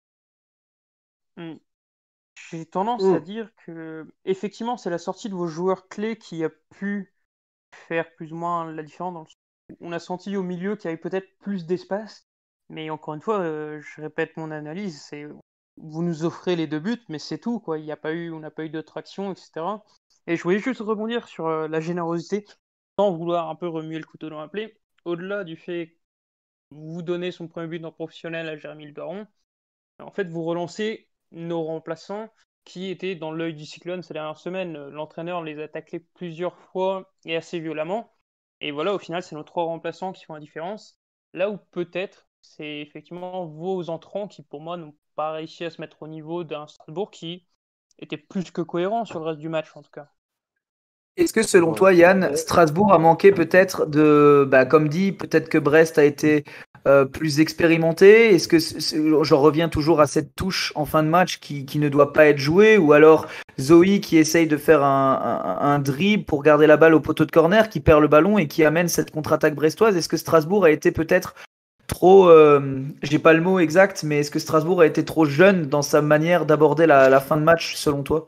J'ai tendance à dire que, effectivement, c'est la sortie de vos joueurs clés qui a pu faire plus ou moins la différence. On a senti au milieu qu'il y avait peut-être plus d'espace, mais encore une fois, je répète mon analyse, c'est vous nous offrez les 2 buts, mais c'est tout, quoi. On n'a pas eu de traction, etc. Et je voulais juste rebondir sur la générosité, sans vouloir un peu remuer le couteau dans la plaie. Au-delà du fait que vous donnez son premier but en professionnel à Jérémy Le Baron, en fait, vous relancez nos remplaçants qui étaient dans l'œil du cyclone ces dernières semaines. L'entraîneur les a taclés plusieurs fois et assez violemment. Et voilà, au final, c'est nos 3 remplaçants qui font la différence. Là où peut-être, c'est effectivement vos entrants qui, pour moi, n'ont pas réussi à se mettre au niveau d'un Strasbourg qui était plus que cohérent sur le reste du match, en tout cas. Est-ce que selon toi, Yann, Strasbourg a manqué peut-être comme dit, peut-être que Brest a été plus expérimenté? Est-ce que j'en reviens toujours à cette touche en fin de match qui ne doit pas être jouée? Ou alors Zoé qui essaye de faire un dribble pour garder la balle au poteau de corner, qui perd le ballon et qui amène cette contre-attaque brestoise? Est-ce que Strasbourg a été peut-être trop, j'ai pas le mot exact, mais est-ce que Strasbourg a été trop jeune dans sa manière d'aborder la fin de match selon toi?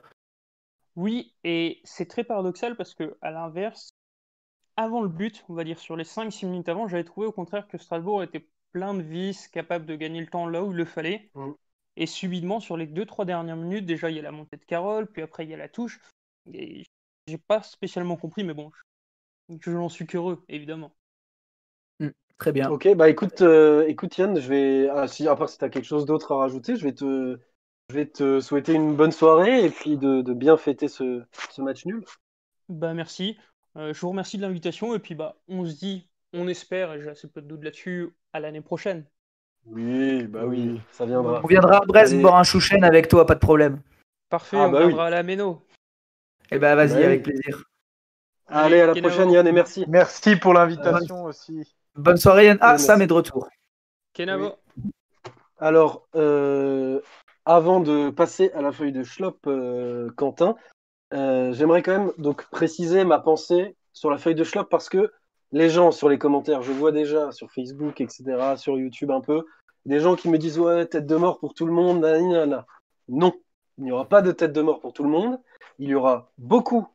Oui, et c'est très paradoxal parce que, à l'inverse, avant le but, on va dire sur les 5-6 minutes avant, j'avais trouvé au contraire que Strasbourg était plein de vices, capable de gagner le temps là où il le fallait. Et subitement, sur les 2-3 dernières minutes, déjà il y a la montée de Carole, puis après il y a la touche. Et j'ai pas spécialement compris, mais bon, j'en suis qu'heureux, évidemment. Très bien. Ok, écoute Yann, à part si tu as quelque chose d'autre à rajouter, je vais te souhaiter une bonne soirée et puis de bien fêter ce match nul. Merci. Je vous remercie de l'invitation et puis on se dit, on espère, et j'ai assez peu de doute là-dessus, à l'année prochaine. Oui, oui, ça viendra. On viendra à Brest boire un chouchen avec toi, pas de problème. Parfait, on viendra à la Méno. Eh ben vas-y, avec plaisir. Allez, à la prochaine Yann et merci. Merci pour l'invitation aussi. Bonne soirée Yann. Ah, Sam est de retour. Kenavo. Oui. Alors, avant de passer à la feuille de Schlopp, Quentin, j'aimerais quand même donc préciser ma pensée sur la feuille de Schlopp parce que les gens sur les commentaires, je vois déjà sur Facebook, etc., sur YouTube un peu, des gens qui me disent ouais, tête de mort pour tout le monde, nanana. Non, il n'y aura pas de tête de mort pour tout le monde. Il y aura beaucoup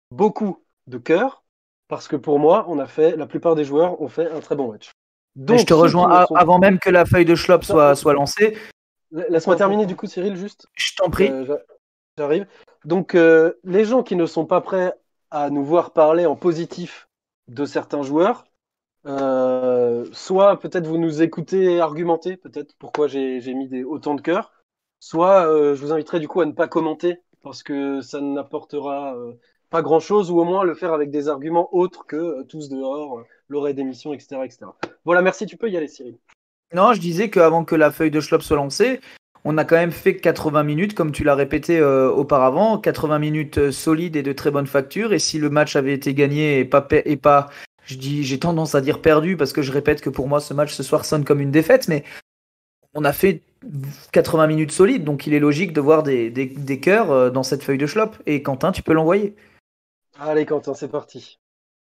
de cœur parce que pour moi, la plupart des joueurs ont fait un très bon match. Donc, je te rejoins avant même que la feuille de Schlopp soit lancée. Laisse-moi terminer du coup, Cyril, juste. Je t'en prie. J'arrive. Donc, les gens qui ne sont pas prêts à nous voir parler en positif de certains joueurs, soit peut-être vous nous écoutez argumenter, peut-être pourquoi j'ai mis autant de cœur, soit je vous inviterai du coup à ne pas commenter parce que ça n'apportera pas grand-chose, ou au moins le faire avec des arguments autres que tous dehors, l'oreille d'émission, etc., etc. Voilà, merci, tu peux y aller, Cyril. Non, je disais qu'avant que la feuille de Schlopp soit lancée, on a quand même fait 80 minutes, comme tu l'as répété auparavant, 80 minutes solides et de très bonne facture. Et si le match avait été gagné et pas, j'ai tendance à dire perdu, parce que je répète que pour moi ce match ce soir sonne comme une défaite, mais on a fait 80 minutes solides, donc il est logique de voir des cœurs dans cette feuille de Schlopp. Et Quentin, tu peux l'envoyer. Allez Quentin, c'est parti.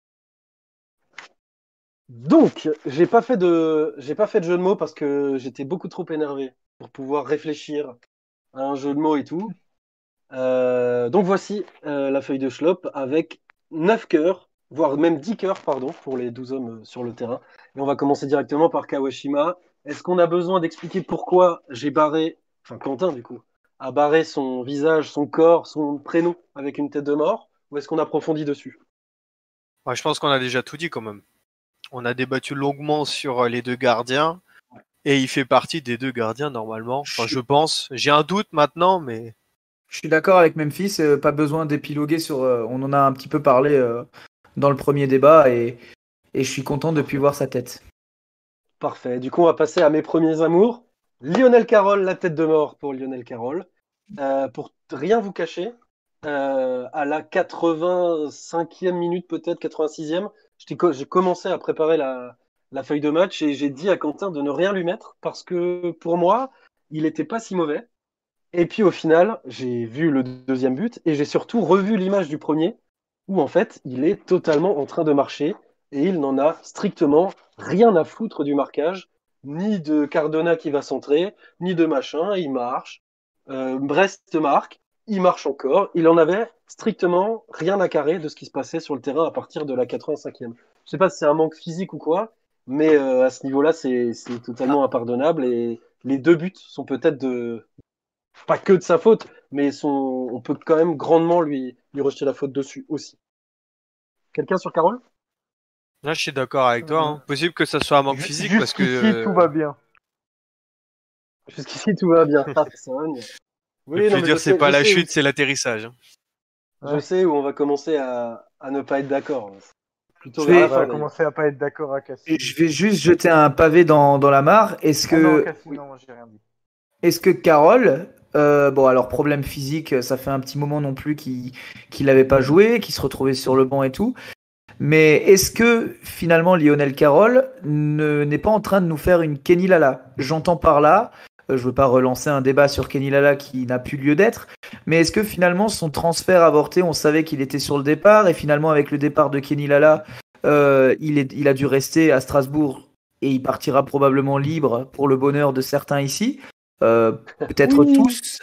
Donc, j'ai pas fait de jeu de mots parce que j'étais beaucoup trop énervé pour pouvoir réfléchir à un jeu de mots et tout. Donc voici la feuille de Schlopp avec 9 cœurs, voire même 10 cœurs, pardon, pour les 12 hommes sur le terrain. Et on va commencer directement par Kawashima. Est-ce qu'on a besoin d'expliquer pourquoi Quentin du coup, a barré son visage, son corps, son prénom avec une tête de mort, ou est-ce qu'on approfondit dessus? Je pense qu'on a déjà tout dit quand même. On a débattu longuement sur les 2 gardiens, et il fait partie des 2 gardiens normalement. Je pense. J'ai un doute maintenant, mais... Je suis d'accord avec Memphis, pas besoin d'épiloguer sur... on en a un petit peu parlé dans le premier débat et je suis content de plus voir sa tête. Parfait. Du coup, on va passer à mes premiers amours. Lionel Carroll, la tête de mort pour Lionel Carroll. Pour rien vous cacher, à la 85e minute, peut-être 86e, j'ai commencé à préparer la feuille de match et j'ai dit à Quentin de ne rien lui mettre parce que pour moi, il n'était pas si mauvais. Et puis au final, j'ai vu le deuxième but et j'ai surtout revu l'image du premier où en fait, il est totalement en train de marcher et il n'en a strictement rien à foutre du marquage, ni de Cardona qui va centrer, ni de machin, il marche. Brest marque, il marche encore, il en avait strictement rien à carrer de ce qui se passait sur le terrain à partir de la 85e. Je sais pas si c'est un manque physique ou quoi, mais à ce niveau-là, c'est totalement impardonnable et les deux buts sont peut-être pas que de sa faute, mais on peut quand même grandement lui rejeter la faute dessus aussi. Quelqu'un sur Carole? Là, je suis d'accord avec toi. Hein. Possible que ça soit un manque physique parce que. Jusqu'ici, tout va bien. Jusqu'ici, tout va bien. Ah, Sagne. Le plus dur, c'est pas la chute, c'est l'atterrissage. Je sais où on va commencer à ne pas être d'accord. On va commencer à pas être d'accord à Cassie. Je vais juste jeter un pavé dans la mare. Est-ce que. Non, Cassie, non, j'ai rien dit. Est-ce que Carole, bon alors problème physique, ça fait un petit moment non plus qu'il n'avait pas joué, qu'il se retrouvait sur le banc et tout. Mais est-ce que finalement Lionel Carroll n'est pas en train de nous faire une Kenny Lala? J'entends par là, je ne veux pas relancer un débat sur Kenny Lala qui n'a plus lieu d'être, mais est-ce que finalement son transfert avorté, on savait qu'il était sur le départ et finalement avec le départ de Kenny Lala, il a dû rester à Strasbourg et il partira probablement libre pour le bonheur de certains ici, peut-être tous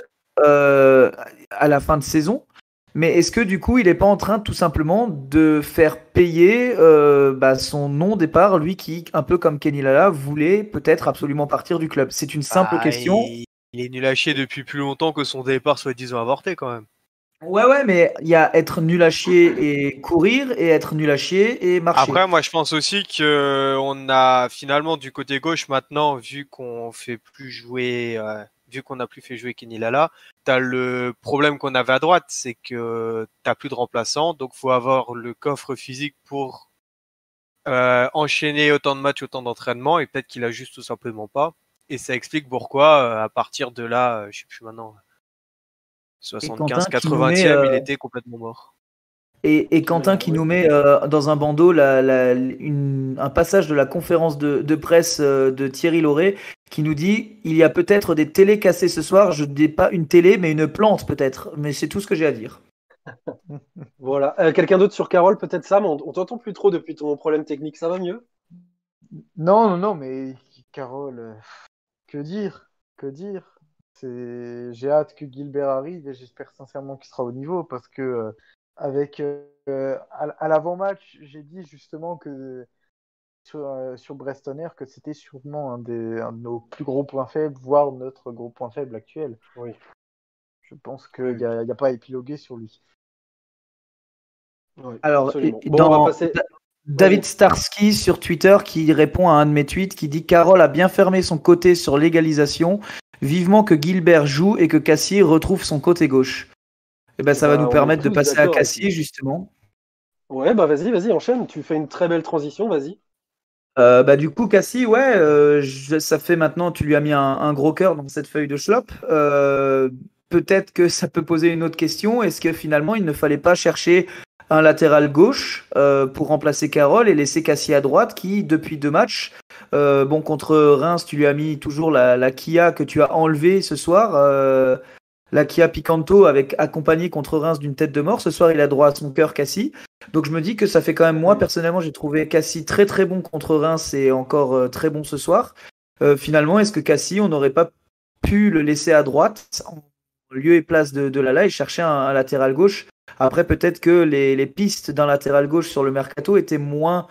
à la fin de saison. Mais est-ce que du coup, il n'est pas en train tout simplement de faire payer son non-départ, lui qui, un peu comme Kenny Lala, voulait peut-être absolument partir du club? C'est une simple question. Il est nul à chier depuis plus longtemps que son départ soit, disons, avorté quand même. Ouais, mais il y a être nul à chier et courir, et être nul à chier et marcher. Après, moi, je pense aussi qu'on a finalement du côté gauche maintenant, vu qu'on fait plus jouer... vu qu'on n'a plus fait jouer Kenny Lala, t'as le problème qu'on avait à droite, c'est que t'as plus de remplaçants, donc faut avoir le coffre physique pour enchaîner autant de matchs, autant d'entraînements, et peut-être qu'il a juste tout simplement pas. Et ça explique pourquoi, à partir de là, je sais plus maintenant, 75, 80e, il était complètement mort. Et Quentin qui nous met dans un bandeau un passage de la conférence de presse de Thierry Lauré qui nous dit il y a peut-être des télés cassées ce soir. Je ne dis pas une télé, mais une plante peut-être. Mais c'est tout ce que j'ai à dire. Voilà. Quelqu'un d'autre sur Carole, peut-être Sam? On t'entend plus trop depuis ton problème technique. Ça va mieux? Non, mais Carole, que dire? J'ai hâte que Gilbert arrive et j'espère sincèrement qu'il sera au niveau parce que à l'avant-match, j'ai dit justement que sur Brestonner que c'était sûrement un de nos plus gros points faibles, voire notre gros point faible actuel. Oui. Je pense qu'il n'y a pas à épiloguer sur lui. Oui, alors, on va passer... David Starsky sur Twitter qui répond à un de mes tweets qui dit Carole a bien fermé son côté sur l'égalisation. Vivement que Gilbert joue et que Cassie retrouve son côté gauche. Et ben ça va nous permettre de passer à Cassie justement. Ouais, bah vas-y, enchaîne. Tu fais une très belle transition, vas-y. Du coup, Cassie, ça fait maintenant, tu lui as mis un gros cœur dans cette feuille de schlop. Peut-être que ça peut poser une autre question. Est-ce que finalement, il ne fallait pas chercher un latéral gauche pour remplacer Carole et laisser Cassie à droite qui, depuis 2 matchs, contre Reims, tu lui as mis toujours la Kia que tu as enlevée ce soir. La Kia Picanto accompagnée contre Reims d'une tête de mort. Ce soir, il a droit à son cœur, Cassie. Donc je me dis que ça fait quand même, moi personnellement, j'ai trouvé Cassie très très bon contre Reims et encore très bon ce soir. Finalement, est-ce que Cassie, on n'aurait pas pu le laisser à droite en lieu et place de Lala et chercher un latéral gauche? Après, peut-être que les pistes d'un latéral gauche sur le mercato étaient moins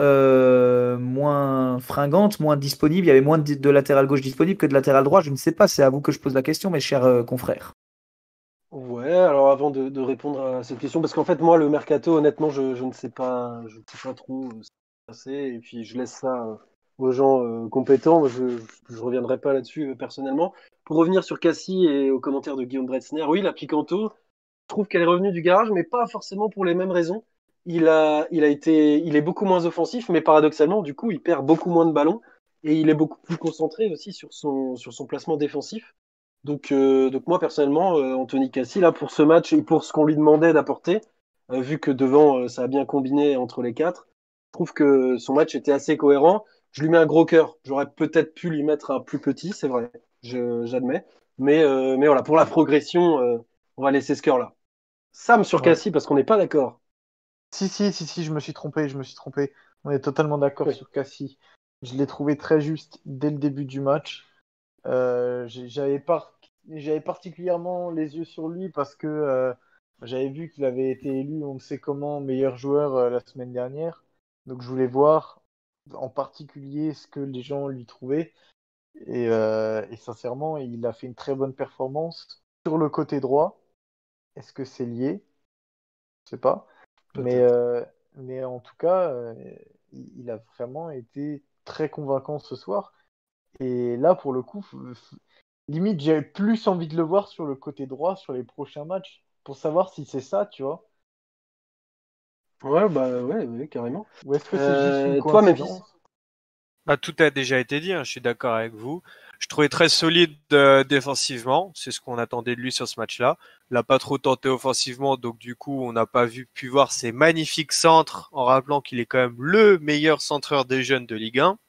fringantes, moins disponibles. Il y avait moins de latéral gauche disponible que de latéral droit. Je ne sais pas, c'est à vous que je pose la question, mes chers confrères. Ouais, alors avant de répondre à cette question, parce qu'en fait, moi, le mercato, honnêtement, je ne sais pas trop ce qui s'est passé, et puis je laisse ça aux gens compétents. Je reviendrai pas là-dessus personnellement. Pour revenir sur Cassie et aux commentaires de Guillaume Bretzner, oui, la Picanto, je trouve qu'elle est revenue du garage, mais pas forcément pour les mêmes raisons. il est beaucoup moins offensif, mais paradoxalement, du coup, il perd beaucoup moins de ballons et il est beaucoup plus concentré aussi sur son placement défensif. Donc moi, personnellement, Anthony Cassie, là, pour ce match et pour ce qu'on lui demandait d'apporter, vu que devant, ça a bien combiné entre les quatre, je trouve que son match était assez cohérent. Je lui mets un gros cœur. J'aurais peut-être pu lui mettre un plus petit, c'est vrai, j'admets. Mais voilà, pour la progression, on va laisser ce cœur-là. Sam sur Ouais. Cassie, parce qu'on n'est pas d'accord. Si, je me suis trompé, je me suis trompé. On est totalement d'accord Oui. sur Cassie. Je l'ai trouvé très juste dès le début du match. J'avais particulièrement les yeux sur lui parce que j'avais vu qu'il avait été élu, on ne sait comment, meilleur joueur la semaine dernière. Donc je voulais voir en particulier ce que les gens lui trouvaient. Et sincèrement, il a fait une très bonne performance sur le côté droit. Est-ce que c'est lié? Je sais pas. Mais, Peut-être. euh, mais en tout cas, il a vraiment été très convaincant ce soir. Et là, pour le coup, limite, j'ai plus envie de le voir sur le côté droit sur les prochains matchs pour savoir si c'est ça, tu vois. Ouais, bah ouais, carrément. Ou est-ce que c'est juste une Toi, Memphis? coïncidence? Bah, tout a déjà été dit, hein, je suis d'accord avec vous. Je trouvais très solide défensivement, c'est ce qu'on attendait de lui sur ce match-là. Il n'a pas trop tenté offensivement, donc du coup, on n'a pas pu voir ses magnifiques centres, en rappelant qu'il est quand même le meilleur centreur des jeunes de Ligue 1.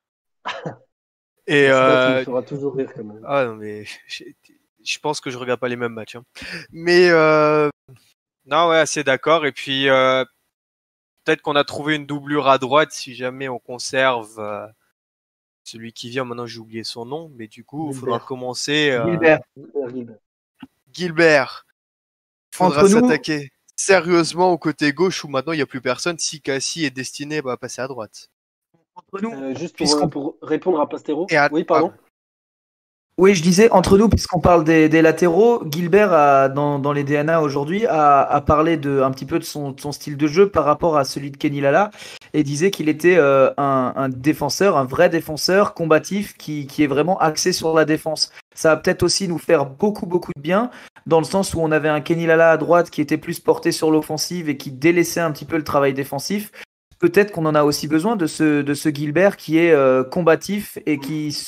Et La stat me fera toujours rire quand même. ah non mais je pense que je regarde pas les mêmes matchs. Hein. Mais non ouais, assez d'accord. Et puis peut-être qu'on a trouvé une doublure à droite si jamais on conserve celui qui vient. Maintenant j'ai oublié son nom, mais du coup il faudra Gilbert. commencer Gilbert. Gilbert. Il faudra Entre nous, s'attaquer sérieusement au côté gauche où maintenant il n'y a plus personne. Si Cassie est destiné à passer à droite. entre nous, Juste puisqu'on pour répondre à Pastero. Et à... Oui, ah, pardon. Oui, je disais, entre nous, puisqu'on parle des latéraux, Gilbert, dans les DNA aujourd'hui, a parlé un petit peu de son style de jeu par rapport à celui de Kenny Lala et disait qu'il était un défenseur, un vrai défenseur combatif qui est vraiment axé sur la défense. Ça va peut-être aussi nous faire beaucoup, beaucoup de bien, dans le sens où on avait un Kenny Lala à droite qui était plus porté sur l'offensive et qui délaissait un petit peu le travail défensif. Peut-être qu'on en a aussi besoin de ce Gilbert qui est combatif et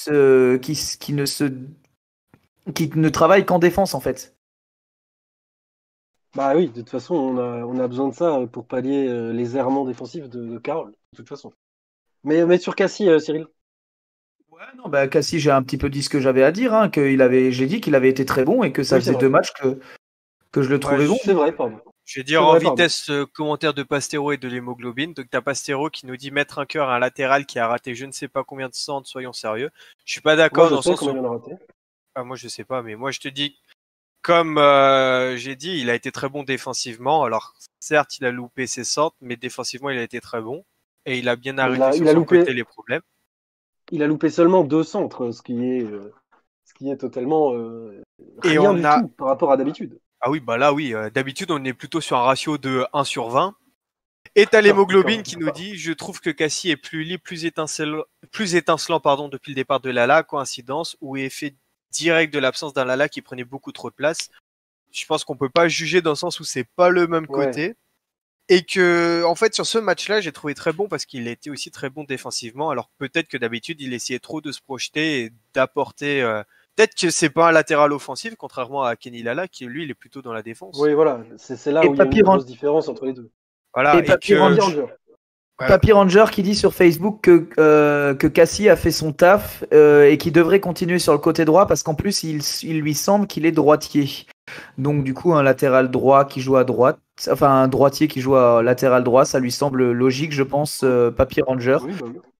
qui ne travaille qu'en défense en fait. Bah oui, de toute façon, on a besoin de ça pour pallier les errements défensifs de Carroll, de toute façon. Mais sur Cassie, Cyril. Ouais, non, bah, Cassie, j'ai un petit peu dit ce que j'avais à dire, hein, j'ai dit qu'il avait été très bon et que ça Oui, c'est faisait vrai. 2 matchs que je le ouais, trouvais bon. C'est vrai, pardon. je vais C'est dire en vrai, pardon. vitesse commentaire de Pastero et de l'hémoglobine. Donc t'as Pastero qui nous dit mettre un cœur à un latéral qui a raté je ne sais pas combien de centres, soyons sérieux. Je suis pas Moi, d'accord je dans le sais sens combien où il en a raté. moi je sais pas, mais moi je te dis comme j'ai dit, il a été très bon défensivement. Alors certes il a loupé ses centres, mais défensivement il a été très bon et il a bien Mais arrêté sur son côté les problèmes. il a loupé seulement 2 centres, ce qui est totalement Et rien on du a tout par rapport à d'habitude. ah oui bah là oui, d'habitude on est plutôt sur un ratio de 1 sur 20. Et t'as Quand l'hémoglobine même. qui nous dit je trouve que Cassie est plus libre, plus étincelant pardon, depuis le départ de Lala, coïncidence ou effet direct de l'absence d'un Lala qui prenait beaucoup trop de place. Je pense qu'on peut pas juger dans le sens où c'est pas le même Ouais. côté. Et que, en fait, sur ce match-là, j'ai trouvé très bon parce qu'il a été aussi très bon défensivement. Alors peut-être que d'habitude, il essayait trop de se projeter et d'apporter. Peut-être que c'est pas un latéral offensif, contrairement à Kenny Lala, qui lui, il est plutôt dans la défense. Oui, voilà. C'est là Et où il y a une Papy, grosse différence entre les deux. Voilà, et et Papy que. Papy Ranger, Ranger. Ouais, Papy Ranger qui dit sur Facebook que Cassie a fait son taf et qu'il devrait continuer sur le côté droit parce qu'en plus il lui semble qu'il est droitier. Donc du coup un latéral droit qui joue à droite, enfin un droitier qui joue à latéral droit, ça lui semble logique je pense, Papy Ranger. Oui, bah oui.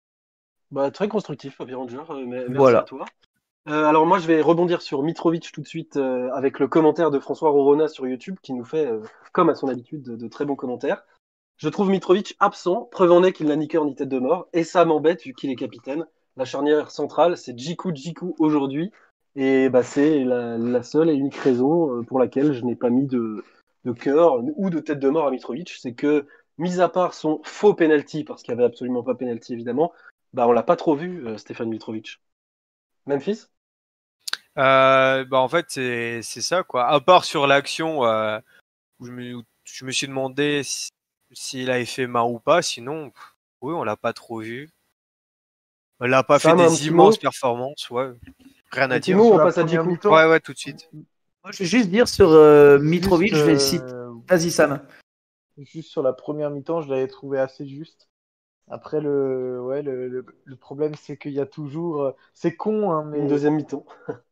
Bah, très constructif, Papy Ranger. Merci à Voilà. toi. Alors moi, je vais rebondir sur Mitrovic tout de suite avec le commentaire de François Rorona sur YouTube qui nous fait, comme à son habitude, de très bons commentaires. Je trouve Mitrovic absent, preuve en est qu'il n'a ni cœur ni tête de mort, et ça m'embête vu qu'il est capitaine. La charnière centrale, c'est Djikou aujourd'hui, et bah, c'est la seule et unique raison pour laquelle je n'ai pas mis de cœur ou de tête de mort à Mitrovic, c'est que, mis à part son faux penalty, parce qu'il n'y avait absolument pas penalty évidemment, bah, on l'a pas trop vu, Stéphane Mitrovic. Memphis? bah en fait, c'est ça, quoi. À part sur l'action où où je me suis demandé s'il avait fait main ou pas. Sinon, oui, on l'a pas trop vu. On l'a pas Sam, fait un des petit immenses mot performances. Ouais, rien à Un petit dire. mot, Sur on la passe à première Djikou. mi-temps, Ouais, tout de suite. Moi, je vais juste dire sur Mitrovic, juste, je vais citer. Vas-y, Sam. juste sur la première mi-temps, je l'avais trouvé assez juste. Après, le problème, c'est qu'il y a toujours. C'est con, hein, Une mais. deuxième mi-temps.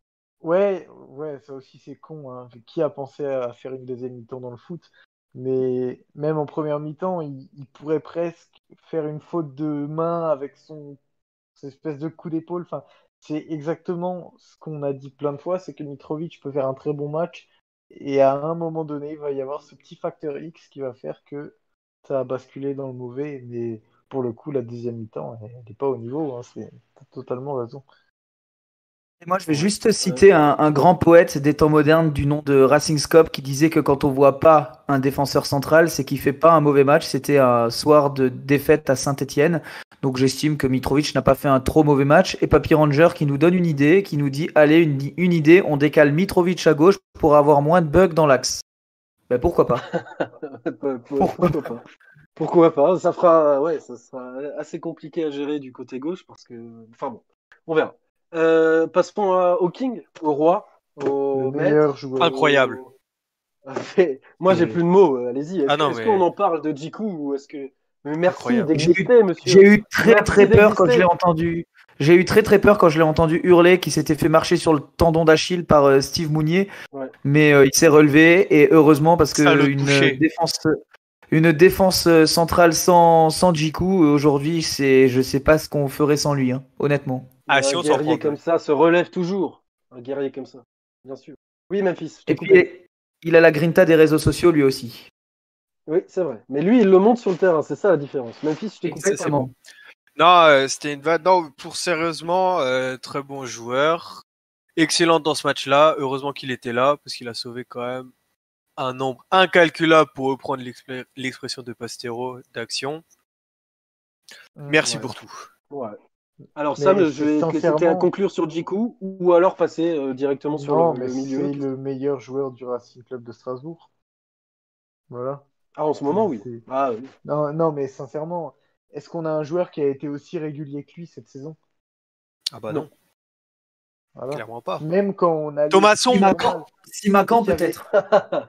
Ouais, ça aussi, c'est con, hein. Qui a pensé à faire une deuxième mi-temps dans le foot? Mais même en première mi-temps, il pourrait presque faire une faute de main avec cette espèce de coup d'épaule. Enfin, c'est exactement ce qu'on a dit plein de fois, c'est que Mitrovic peut faire un très bon match. Et à un moment donné, il va y avoir ce petit facteur X qui va faire que ça a basculé dans le mauvais. Mais pour le coup, la deuxième mi-temps, elle n'est pas au niveau, hein. T'as totalement raison. Et moi, je vais Ouais. juste citer un grand poète des temps modernes du nom de Racing Scope qui disait que quand on voit pas un défenseur central, c'est qu'il fait pas un mauvais match. C'était un soir de défaite à Saint-Étienne. Donc j'estime que Mitrovic n'a pas fait un trop mauvais match. Et Papy Ranger qui nous donne une idée, qui nous dit allez, une idée, on décale Mitrovic à gauche pour avoir moins de bugs dans l'axe. Ben pourquoi pas? Pourquoi pas? Pourquoi pas? Ça fera, ouais, ça sera assez compliqué à gérer du côté gauche parce que, enfin bon, on verra. Passons au King, au roi, Le au meilleur maître. joueur. Incroyable. Moi, j'ai plus de mots. Allez-y. Ah non, Est-ce mais qu'on en parle de Djikou ou est-ce que mais merci incroyable. d'exister, monsieur. J'ai eu très Merci très peur quand je d'exister. l'ai entendu. J'ai eu très très peur quand je l'ai entendu hurler qu'il s'était fait marcher sur le tendon d'Achille par Steve Mounier, Ouais. mais il s'est relevé et heureusement parce Ça que le touchait. une défense centrale sans Djikou aujourd'hui, je sais pas ce qu'on ferait sans lui, hein, honnêtement. Ah, si Un on s'en prend guerrier deux. comme ça se relève toujours. Un guerrier comme ça, bien sûr. Oui, Memphis, je t'ai Et coupé. puis il a la grinta des réseaux sociaux lui aussi. Oui, c'est vrai. Mais lui, il le monte sur le terrain, c'est ça la différence. Memphis, je t'ai coupé. Exactement. Non, c'était une vanne. Non, pour sérieusement, très bon joueur. Excellent dans ce match-là. Heureusement qu'il était là, parce qu'il a sauvé quand même un nombre incalculable, pour reprendre l'expression de Pastero, d'action. Merci Ouais. pour tout. Ouais. Alors Mais Sam, je c'est vais te laisser à sincèrement. conclure sur Djikou ou alors passer directement sur Non, le mais milieu. c'est le meilleur joueur du Racing Club de Strasbourg. Voilà. Ah, en ce moment, oui. Ah, oui. Non, non, mais sincèrement, est-ce qu'on a un joueur qui a été aussi régulier que lui cette saison? Ah bah Non. non, Voilà. clairement pas. Même quand on a Thomasson. Simacan qu'il y avait- peut-être.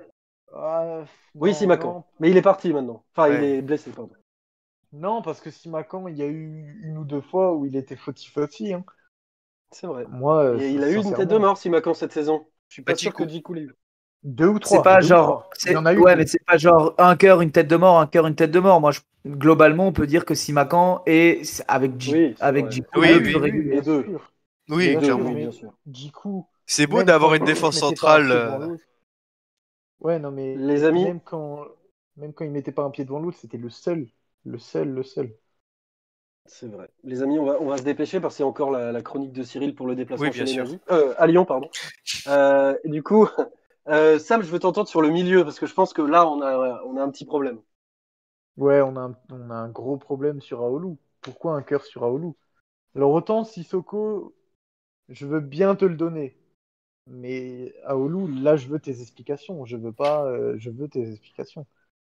Oui, non, Simacan. non, Mais il est parti maintenant. Enfin, il Ouais. est blessé, pardon. non, parce que Simacan, il y a eu une ou deux fois où il était fautif aussi, hein. C'est vrai. Moi, Et il a eu une tête de sincèrement, mort, Simacan, cette saison. Je suis pas Bah, sûr que Djikou. Djikou l'ait eu. deux ou C'est trois. pas deux ou genre, trois. Il y en a eu ouais, deux. mais c'est pas genre un cœur, une tête de mort, un cœur, une tête de mort. Moi, globalement, on peut dire que Simacan est Oui, c'est avec vrai. Djikou Oui, le oui. plus régulier. Les deux. Sûr. Oui, Les Bien deux, sûr, clairement. oui, mais bien sûr. Djikou, C'est beau même d'avoir quand une il défense mettait pas un centrale. pied devant l'autre. Ouais, non, mais Les amis, même quand il mettait pas un pied devant l'autre, c'était le seul. Le seul. c'est vrai. Les amis, on va se dépêcher parce qu'il y a encore la chronique de Cyril pour le déplacement Oui, chez bien les sûr. nazis. À Lyon, pardon. Et du coup, Sam, je veux t'entendre sur le milieu parce que je pense que là, on a un petit problème. Ouais, on a un gros problème sur Aoulou. Pourquoi un cœur sur Aoulou? Alors autant Sissoko, je veux bien te le donner. Mais Aoulou, là, je veux tes explications. Je veux tes explications.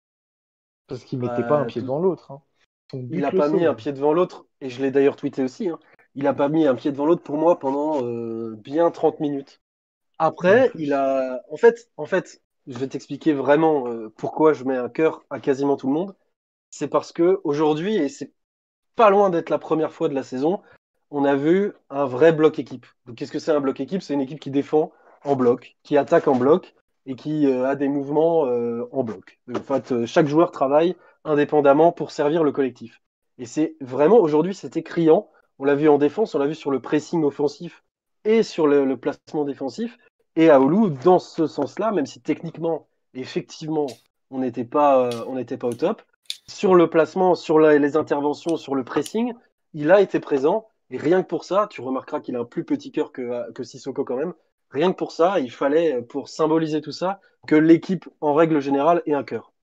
Parce qu'il mettait pas un pied devant l'autre, hein. Son Il but a le pas mis un sauve. pied devant l'autre, et je l'ai d'ailleurs tweeté aussi, hein. Il a pas mis un pied devant l'autre pour moi pendant bien 30 minutes. En Après, plus. en fait, je vais t'expliquer vraiment pourquoi je mets un cœur à quasiment tout le monde. C'est parce que aujourd'hui, et c'est pas loin d'être la première fois de la saison, on a vu un vrai bloc équipe. Donc, qu'est-ce que c'est un bloc équipe? C'est une équipe qui défend en bloc, qui attaque en bloc et qui a des mouvements en bloc. En fait, chaque joueur travaille indépendamment pour servir le collectif. Et c'est vraiment, aujourd'hui, c'était criant. On l'a vu en défense, on l'a vu sur le pressing offensif et sur le placement défensif. Et à Oulu, dans ce sens-là, même si techniquement, effectivement, on n'était pas au top, sur le placement, sur les interventions, sur le pressing, il a été présent. Et rien que pour ça, tu remarqueras qu'il a un plus petit cœur que Sissoko quand même. Rien que pour ça, il fallait, pour symboliser tout ça, que l'équipe, en règle générale, ait un cœur.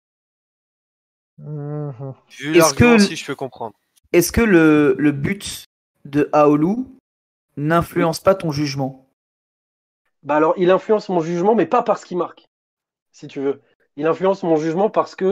Mhm. Vu Est-ce l'argument, que, si je peux comprendre. est-ce que le but de Aoulou Oui. n'influence pas ton jugement? Bah alors, il influence mon jugement, mais pas parce qu'il marque, si tu veux. Il influence mon jugement parce que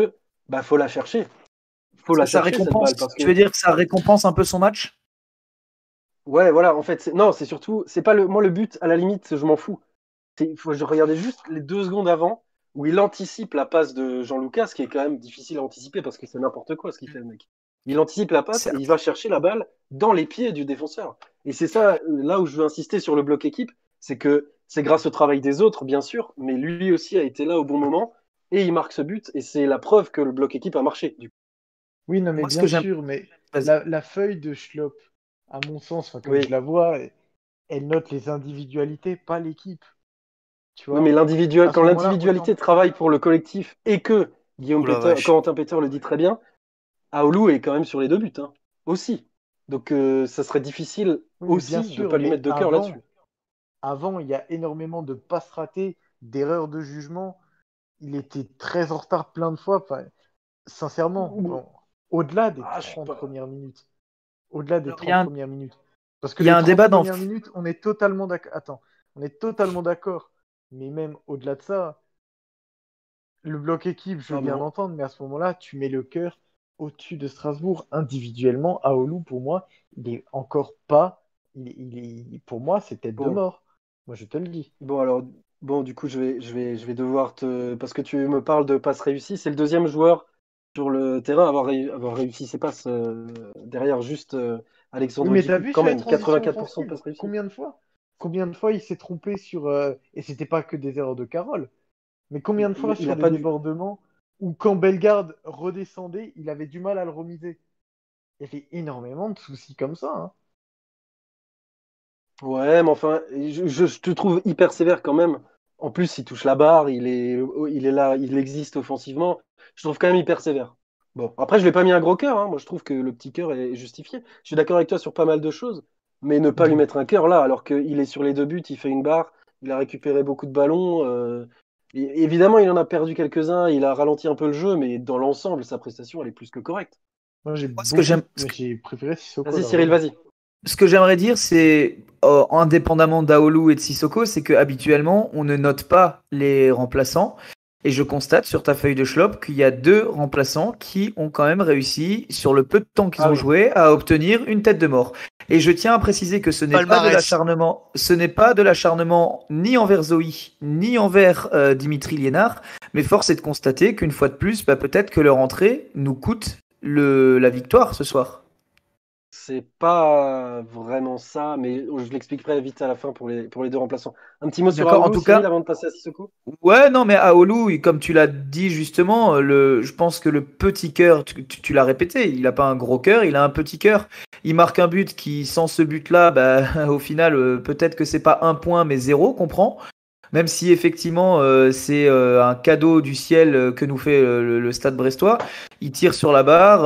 bah faut la chercher. Faut la Ça chercher cette récompense. balle parce Tu que veux dire que ça récompense un peu son match? ouais, voilà, en fait, non, c'est surtout, c'est pas le, moi le but, à la limite, je m'en fous. Je regardais juste les 2 secondes avant où il anticipe la passe de Jean Lucas, ce qui est quand même difficile à anticiper parce que c'est n'importe quoi ce qu'il fait le mec. Il anticipe la passe et il Certes. va chercher la balle dans les pieds du défenseur. Et c'est ça, là où je veux insister sur le bloc équipe, c'est que c'est grâce au travail des autres, bien sûr, mais lui aussi a été là au bon moment et il marque ce but et c'est la preuve que le bloc équipe a marché. Du coup. Oui, non, mais Moi, ce bien que j'aime. sûr, mais Vas-y. la feuille de Schlopp, à mon sens, enfin, comme je Oui, la vois, elle note les individualités, pas l'équipe. Tu oui, mais vois? À quand ce moment-là, autant. l'individualité travaille pour le collectif et que Guillaume Oh la Peter, vache. Corentin Peter le dit très bien, Aoulou est quand même sur les 2 buts, hein, aussi. Donc ça serait difficile Oui, mais bien aussi de ne sûr, pas lui mais mettre de cœur là-dessus. avant, il y a énormément de passes ratées, d'erreurs de jugement. Il était très en retard plein de fois. Enfin, sincèrement, bon, au-delà des Ah, je sais 30 pas. premières minutes. Au-delà des Alors, 30 premières minutes. Parce que il y les a un 30 débat dans. premières minutes, on est totalement d'accord. Attends, on est totalement d'accord. Mais même au-delà de ça, le bloc équipe, je veux Non, mais bien l'entendre, mais à ce moment-là, tu mets le cœur au-dessus de Strasbourg. Individuellement, Aoulou, pour moi, il est encore pas. Pour moi, c'est tête de bon, mort. Moi, je te le dis. bon alors, bon, du coup, je vais devoir te, parce que tu me parles de passes réussies. C'est le deuxième joueur sur le terrain à avoir réussi ses passes derrière juste Oui, Alexandre mais t'as Djikou, vu quand sur les même, transitions 84% de offensives, passes réussies. combien de fois? Combien de fois il s'est trompé sur. Et c'était pas que des erreurs de Carole, mais combien de fois Il sur a des pas dû. débordements où quand Bellegarde redescendait, il avait du mal à le remiser. Il y avait énormément de soucis comme ça, hein. Ouais, mais enfin, je te trouve hyper sévère quand même. En plus, il touche la barre, il est là, il existe offensivement. Je trouve quand même hyper sévère. Bon, après, je lui ai pas mis un gros cœur, hein. Moi, je trouve que le petit cœur est justifié. Je suis d'accord avec toi sur pas mal de choses, mais ne pas lui mettre un cœur là, alors qu'il est sur les 2 buts, il fait une barre, il a récupéré beaucoup de ballons. Évidemment, il en a perdu quelques-uns, il a ralenti un peu le jeu, mais dans l'ensemble, sa prestation, elle est plus que correcte. Moi, j'ai Moi, ce que beaucoup. j'aime, Mais j'ai préféré Sissoko Vas-y, Cyril, largement. vas-y. ce que j'aimerais dire, c'est, indépendamment d'Aolu et de Sissoko, c'est que habituellement, on ne note pas les remplaçants. Et je constate sur ta feuille de Schlop qu'il y a 2 remplaçants qui ont quand même réussi, sur le peu de temps qu'ils Ah ont oui. joué, à obtenir une tête de mort. Et je tiens à préciser que Palmarès. ce n'est pas de l'acharnement ni envers Zoé, ni envers Dimitri Liénard, mais force est de constater qu'une fois de plus, bah, peut-être que leur entrée nous coûte la victoire ce soir. C'est pas vraiment ça, mais je l'expliquerai vite à la fin pour les 2 remplaçants. Un petit mot sur D'accord, en Aoulou, tout Cyril, cas, avant de passer à Sissoko? ouais, non, mais Aolu, comme tu l'as dit justement, je pense que le petit cœur, tu l'as répété, il n'a pas un gros cœur, il a un petit cœur. Il marque un but qui, sans ce but-là, bah, au final, peut-être que c'est pas 1 point, mais 0, comprend. Même si effectivement c'est un cadeau du ciel que nous fait le Stade Brestois, il tire sur la barre,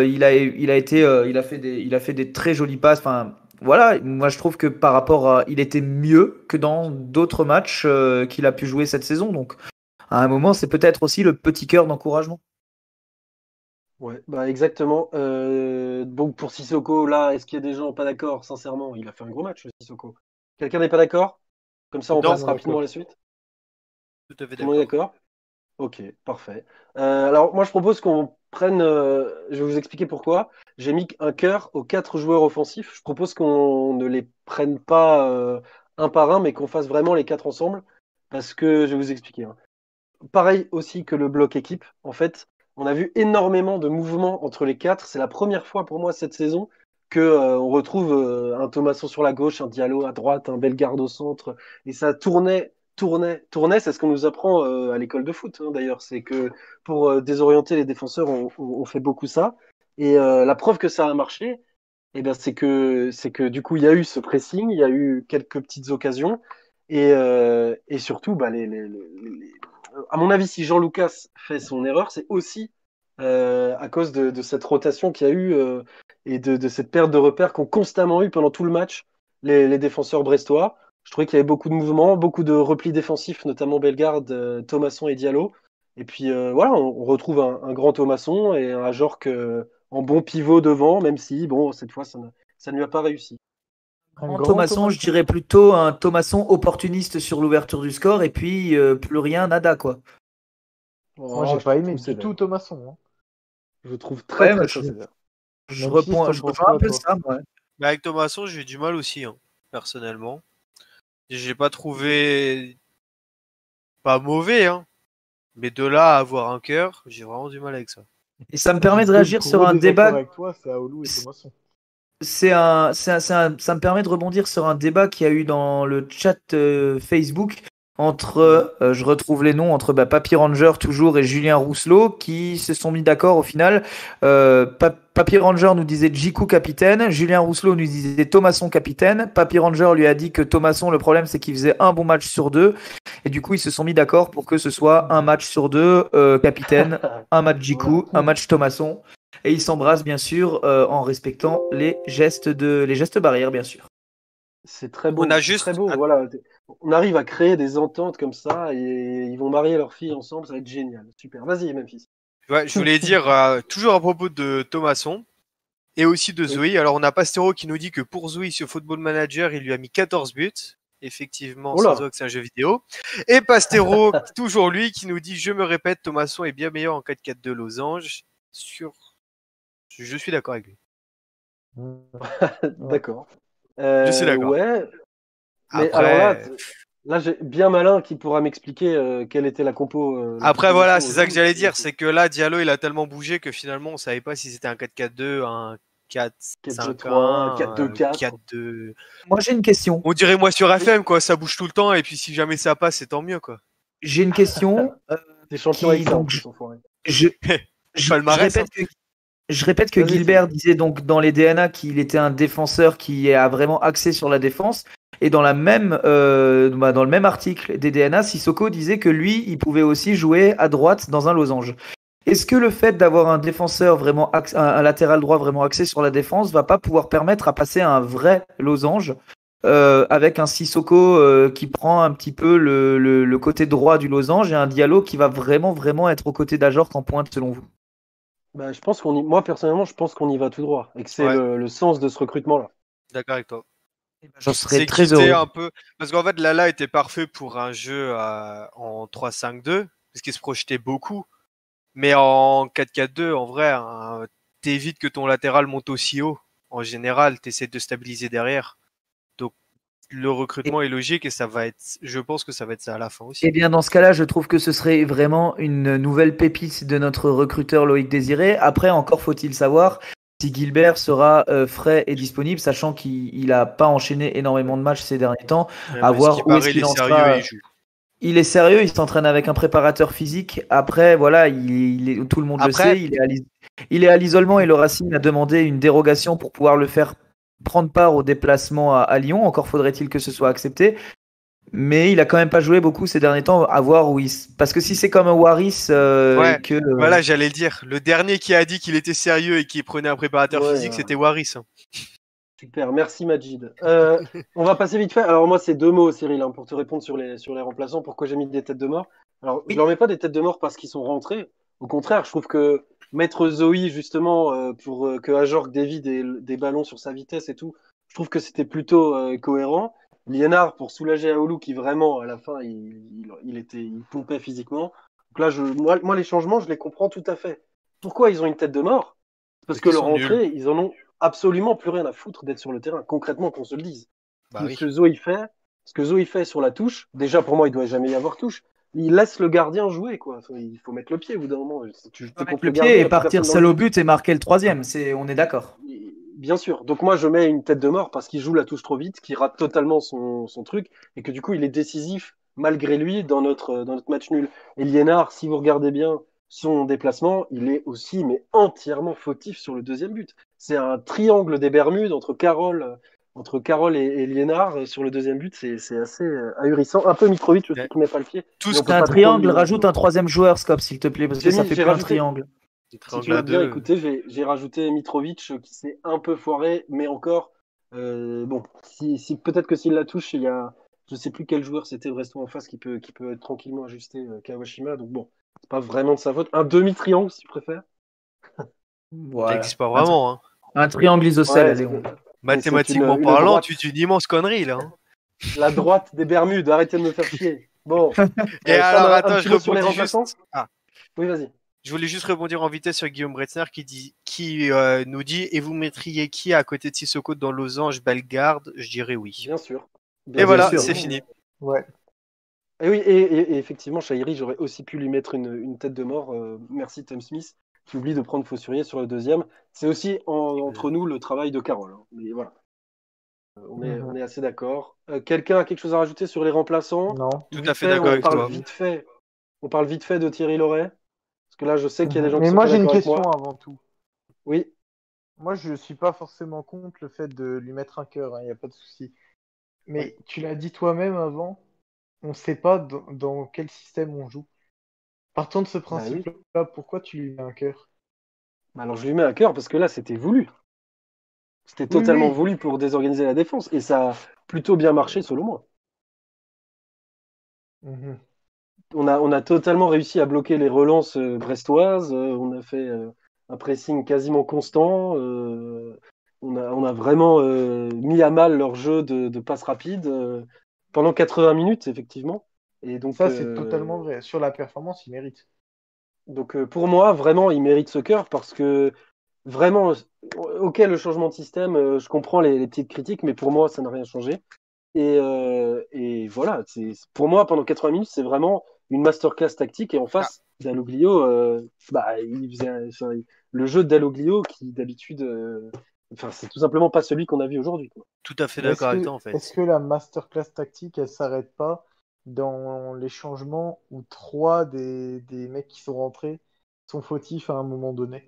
il a fait des très jolies passes. Enfin, voilà, moi je trouve que par rapport à, il était mieux que dans d'autres matchs qu'il a pu jouer cette saison. Donc, à un moment, c'est peut-être aussi le petit cœur d'encouragement. Ouais, bah exactement. Donc pour Sissoko, là, est-ce qu'il y a des gens pas d'accord? Sincèrement, il a fait un gros match, Sissoko. Quelqu'un n'est pas d'accord? Comme ça, on passe Non, Totalement rapidement à la d'accord. suite. tout à fait Tout le monde est d'accord. d'accord? Ok, parfait. Alors moi, je propose qu'on prenne. Je vais vous expliquer pourquoi. J'ai mis un cœur aux 4 joueurs offensifs. Je propose qu'on ne les prenne pas un par un, mais qu'on fasse vraiment les 4 ensemble, parce que je vais vous expliquer, hein. Pareil aussi que le bloc équipe. En fait, on a vu énormément de mouvements entre les 4. C'est la première fois pour moi cette saison que on retrouve un Thomasson sur la gauche, un Diallo à droite, un Bellegarde au centre, et ça tournait, tournait, tournait. C'est ce qu'on nous apprend à l'école de foot, hein, d'ailleurs. C'est que pour désorienter les défenseurs, on fait beaucoup ça. Et la preuve que ça a marché, eh ben, c'est que du coup, il y a eu ce pressing, il y a eu quelques petites occasions, et surtout, bah, à mon avis, si Jean Lucas fait son erreur, c'est aussi à cause de cette rotation qu'il y a eu et de cette perte de repères qu'ont constamment eu pendant tout le match les défenseurs brestois. Je trouvais qu'il y avait beaucoup de mouvements, beaucoup de replis défensifs, notamment Bellegarde, Thomasson et Diallo. Et puis voilà, on retrouve un grand Thomasson et un Ajorc en bon pivot devant, même si, bon, cette fois, ça ne lui a pas réussi. Un En grand Thomasson, je Thomasson. dirais plutôt un Thomasson opportuniste sur l'ouverture du score et puis plus rien, nada quoi. Moi, Oh, j'ai je pas trouve aimé trop du sévère. tout Thomasson, hein. Je trouve très, Ouais, très, moi, très sévère. je Memphis, reprends, t'en je penses reprends un quoi, peu toi ça, moi. Mais avec Thomasson, j'ai eu du mal aussi, hein, personnellement. J'ai pas trouvé pas mauvais, hein. Mais de là à avoir un cœur, j'ai vraiment du mal avec ça. Et ça me J'ai permet de deux réagir sur gros un désaccords débat. avec toi, c'est Aoulou et Thomasson. Ça me permet de rebondir sur un débat qu'il y a eu dans le chat Facebook entre, je retrouve les noms, entre Papy Ranger toujours et Julien Rousselot qui se sont mis d'accord au final. Papy Ranger nous disait Jiku capitaine, Julien Rousselot nous disait Thomasson capitaine. Papy Ranger lui a dit que Thomasson, le problème c'est qu'il faisait un bon match sur deux. Et du coup, ils se sont mis d'accord pour que ce soit un match sur deux capitaine, un match Jiku, un match Thomasson. Et ils s'embrassent bien sûr en respectant les gestes barrières, bien sûr. C'est très beau. On a C'est juste. très beau. Voilà. On arrive à créer des ententes comme ça et ils vont marier leurs filles ensemble. Ça va être génial. Super. Vas-y, Memphis. Ouais, je voulais dire, toujours à propos de Thomasson et aussi de Oui. Zoé. Alors, on a Pastero qui nous dit que pour Zoé, sur Football Manager, il lui a mis 14 buts. Effectivement, Oula. ça se voit que c'est un jeu vidéo. Et Pastero, toujours lui, qui nous dit, je me répète, Thomasson est bien meilleur en 4-4-2 losange. Je suis d'accord avec lui. D'accord. Je suis d'accord. Ouais. Mais Après, alors là, j'ai bien malin qui pourra m'expliquer quelle était la compo. Après voilà, c'est ça que aujourd'hui. j'allais dire, c'est que là, Diallo, il a tellement bougé que finalement, on savait pas si c'était un 4-4-2, un 4-5-1, 4-2-3, 4-2-4. 4-2. Moi, j'ai une question. On dirait moi sur FM, quoi, ça bouge tout le temps, et puis si jamais ça passe, c'est tant mieux, quoi. J'ai une question. T'es champion qui, avec ça, en donc, plus, enfoiré. je, Palmarès, je répète que Vas-y, Gilbert disait donc dans les DNA qu'il était un défenseur qui a vraiment axé sur la défense. Et dans dans le même article des DNA, Sissoko disait que lui, il pouvait aussi jouer à droite dans un losange. Est-ce que le fait d'avoir un défenseur vraiment un latéral droit vraiment axé sur la défense va pas pouvoir permettre à passer à un vrai losange avec un Sissoko qui prend un petit peu le côté droit du losange et un Diallo qui va vraiment être aux côtés d'Ajorc en pointe selon vous? Bah, moi, personnellement, je pense qu'on y va tout droit et que c'est Ouais. le sens de ce recrutement-là. D'accord avec toi. J'en serais C'est très quitter heureux. un peu, parce qu'en fait, Lala était parfait pour un jeu en 3-5-2, parce qu'il se projetait beaucoup. Mais en 4-4-2, en vrai, hein, t'évites que ton latéral monte aussi haut. En général, t'essaies de stabiliser derrière. Donc, le recrutement est logique et je pense que ça va être ça à la fin aussi. Eh bien, dans ce cas-là, je trouve que ce serait vraiment une nouvelle pépite de notre recruteur Loïc Désiré. Après, encore faut-il savoir si Gilbert sera frais et disponible, sachant qu'il n'a pas enchaîné énormément de matchs ces derniers temps. À voir où est-ce qu'il en sera. Il est sérieux, il s'entraîne avec un préparateur physique. Après, voilà, tout le monde le sait, il est à l'isolement et le Racing a demandé une dérogation pour pouvoir le faire prendre part au déplacement à Lyon. Encore faudrait-il que ce soit accepté. Mais il a quand même pas joué beaucoup ces derniers temps, à voir où parce que si c'est comme un Waris Voilà, j'allais le dire. Le dernier qui a dit qu'il était sérieux et qui prenait un préparateur physique, c'était Waris. Hein. Super, merci Majid. On va passer vite fait. Alors moi, c'est 2 mots, Cyril, hein, pour te répondre sur les remplaçants. Pourquoi j'ai mis des têtes de mort? Alors, je leur mets pas des têtes de mort parce qu'ils sont rentrés. Au contraire, je trouve que mettre Zoé justement pour que Ajorc dévie des ballons sur sa vitesse et tout, je trouve que c'était plutôt cohérent. Liénard pour soulager Aoulou qui vraiment à la fin il pompait physiquement. Donc là, moi les changements, je les comprends tout à fait. Pourquoi ils ont une tête de mort? Parce que leur entrée, ils en ont absolument plus rien à foutre d'être sur le terrain. Concrètement, qu'on se le dise. Ce que Zoé fait sur la touche, déjà pour moi, il doit jamais y avoir touche. Il laisse le gardien jouer, quoi. Il faut mettre le pied au bout d'un moment. Tu peux mettre le pied et partir seul au but et marquer le troisième. On est d'accord. Bien sûr. Donc moi, je mets une tête de mort parce qu'il joue la touche trop vite, qu'il rate totalement son truc et que du coup, il est décisif malgré lui dans notre match nul. Et Liénard, si vous regardez bien son déplacement, il est aussi mais entièrement fautif sur le deuxième but. C'est un triangle des Bermudes entre Carole et Liénard sur le deuxième but. C'est assez ahurissant. Un peu Mitrovic aussi qui met pas le pied. Tout ce qu'un triangle, rajoute un troisième joueur, Scop, s'il te plaît, parce que ça fait plus un triangle. Si tu veux bien écouter, j'ai rajouté Mitrovic qui s'est un peu foiré, mais encore, bon, si peut-être que s'il la touche, il y a, je sais plus quel joueur c'était Brestois en face qui peut être tranquillement ajusté Kawashima, donc bon, c'est pas vraiment de sa faute. Un demi-triangle si tu préfères. Voilà. Ça n'existe pas vraiment. Hein. Un triangle isocèle, Léon. Mathématiquement parlant, tu dis une immense connerie là. Hein. La droite des Bermudes, arrêtez de me faire chier. Bon. Et alors, attends, je sur les rebondis remplaçants. juste. Ah. Oui, vas-y. Je voulais juste rebondir en vitesse sur Guillaume Bretzner qui nous dit et vous mettriez qui à côté de Sissoko dans Losange Bellegarde? Je dirais oui. Bien sûr. Et voilà, sûr. c'est fini. Ouais. Et oui, et effectivement, Chahiri, j'aurais aussi pu lui mettre une tête de mort. Merci Tom Smith, qui oublie de prendre Faussurier sur le deuxième. C'est aussi entre nous le travail de Carole. Hein. Mais voilà, on est assez d'accord. Quelqu'un a quelque chose à rajouter sur les remplaçants? Non. Tout Vite à fait fait, d'accord avec toi. On parle vite fait de Thierry Loret. Parce que là, je sais qu'il y a des gens qui Mais sont moi, pas j'ai une d'accord avec question moi. avant tout. Oui. Moi, je suis pas forcément contre le fait de lui mettre un cœur, il n'y a pas de souci. Mais tu l'as dit toi-même avant, on ne sait pas dans quel système on joue. Partant de ce Bah oui. principe-là, pourquoi tu lui mets un cœur? Bah alors je lui mets un cœur parce que là, c'était voulu. C'était Oui, totalement oui. voulu pour désorganiser la défense. Et ça a plutôt bien marché, selon moi. Mhm. On a totalement réussi à bloquer les relances brestoises. On a fait un pressing quasiment constant. On a vraiment mis à mal leur jeu de passe rapide pendant 80 minutes, effectivement. Et donc, Ça, c'est totalement vrai. Sur la performance, il mérite. pour moi, vraiment, il mérite ce cœur parce que vraiment, ok, le changement de système, je comprends les petites critiques, mais pour moi, ça n'a rien changé. Et voilà, pour moi, pendant 80 minutes, c'est vraiment une masterclass tactique. Et en face, Dalloglio, il faisait le jeu de Dalloglio qui, d'habitude, c'est tout simplement pas celui qu'on a vu aujourd'hui, quoi. Tout à fait Mais d'accord avec toi en fait. est-ce que la masterclass tactique, elle s'arrête pas dans les changements où 3 des mecs qui sont rentrés sont fautifs à un moment donné?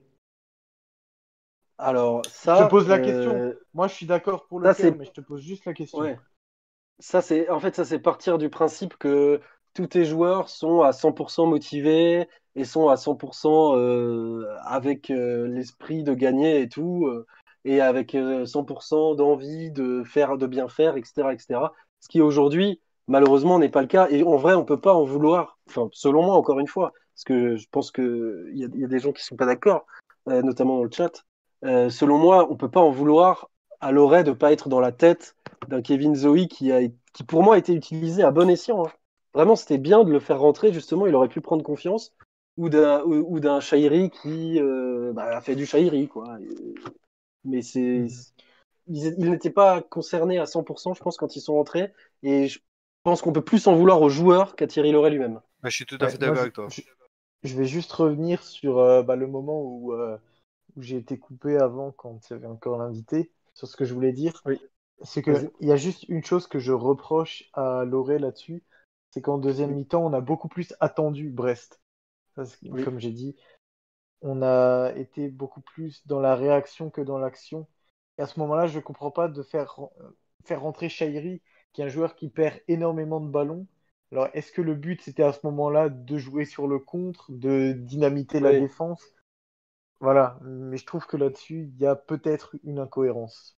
Alors, Je te ça, pose la question. Moi, je suis d'accord pour le ça, cœur, c'est mais je te pose juste la question. ouais. En fait, ça, c'est partir du principe que tous tes joueurs sont à 100% motivés et sont à 100% avec l'esprit de gagner et tout, et avec 100% d'envie de bien faire, etc., etc. Ce qui aujourd'hui, malheureusement, n'est pas le cas. Et en vrai, on peut pas en vouloir, enfin, selon moi, encore une fois, parce que je pense qu'il y a des gens qui sont pas d'accord, notamment dans le chat. Selon moi, on peut pas en vouloir à Loret de pas être dans la tête d'un Kevin Zoe qui pour moi a été utilisé à bon escient. Hein. Vraiment, c'était bien de le faire rentrer, justement, il aurait pu prendre confiance. Ou d'un Chahiri qui a fait du Chahiri, quoi. Mais ils n'étaient pas concernés à 100%, je pense, quand ils sont rentrés. Et je pense qu'on peut plus en vouloir aux joueurs qu'à Thierry Loret lui-même. Bah, je suis tout à Ouais, fait moi, d'accord avec toi. je vais juste revenir sur le moment où j'ai été coupé avant, quand il y avait encore l'invité, sur ce que je voulais dire. Oui. C'est Vas-y. qu'il y a juste une chose que je reproche à Loré là-dessus, c'est qu'en deuxième Oui. mi-temps, on a beaucoup plus attendu Brest. Oui. Comme j'ai dit, on a été beaucoup plus dans la réaction que dans l'action. Et à ce moment-là, je ne comprends pas de faire rentrer Chahiri, qui est un joueur qui perd énormément de ballons. Alors, est-ce que le but, c'était à ce moment-là de jouer sur le contre, de dynamiter la Oui. défense? Voilà, mais je trouve que là-dessus, il y a peut-être une incohérence.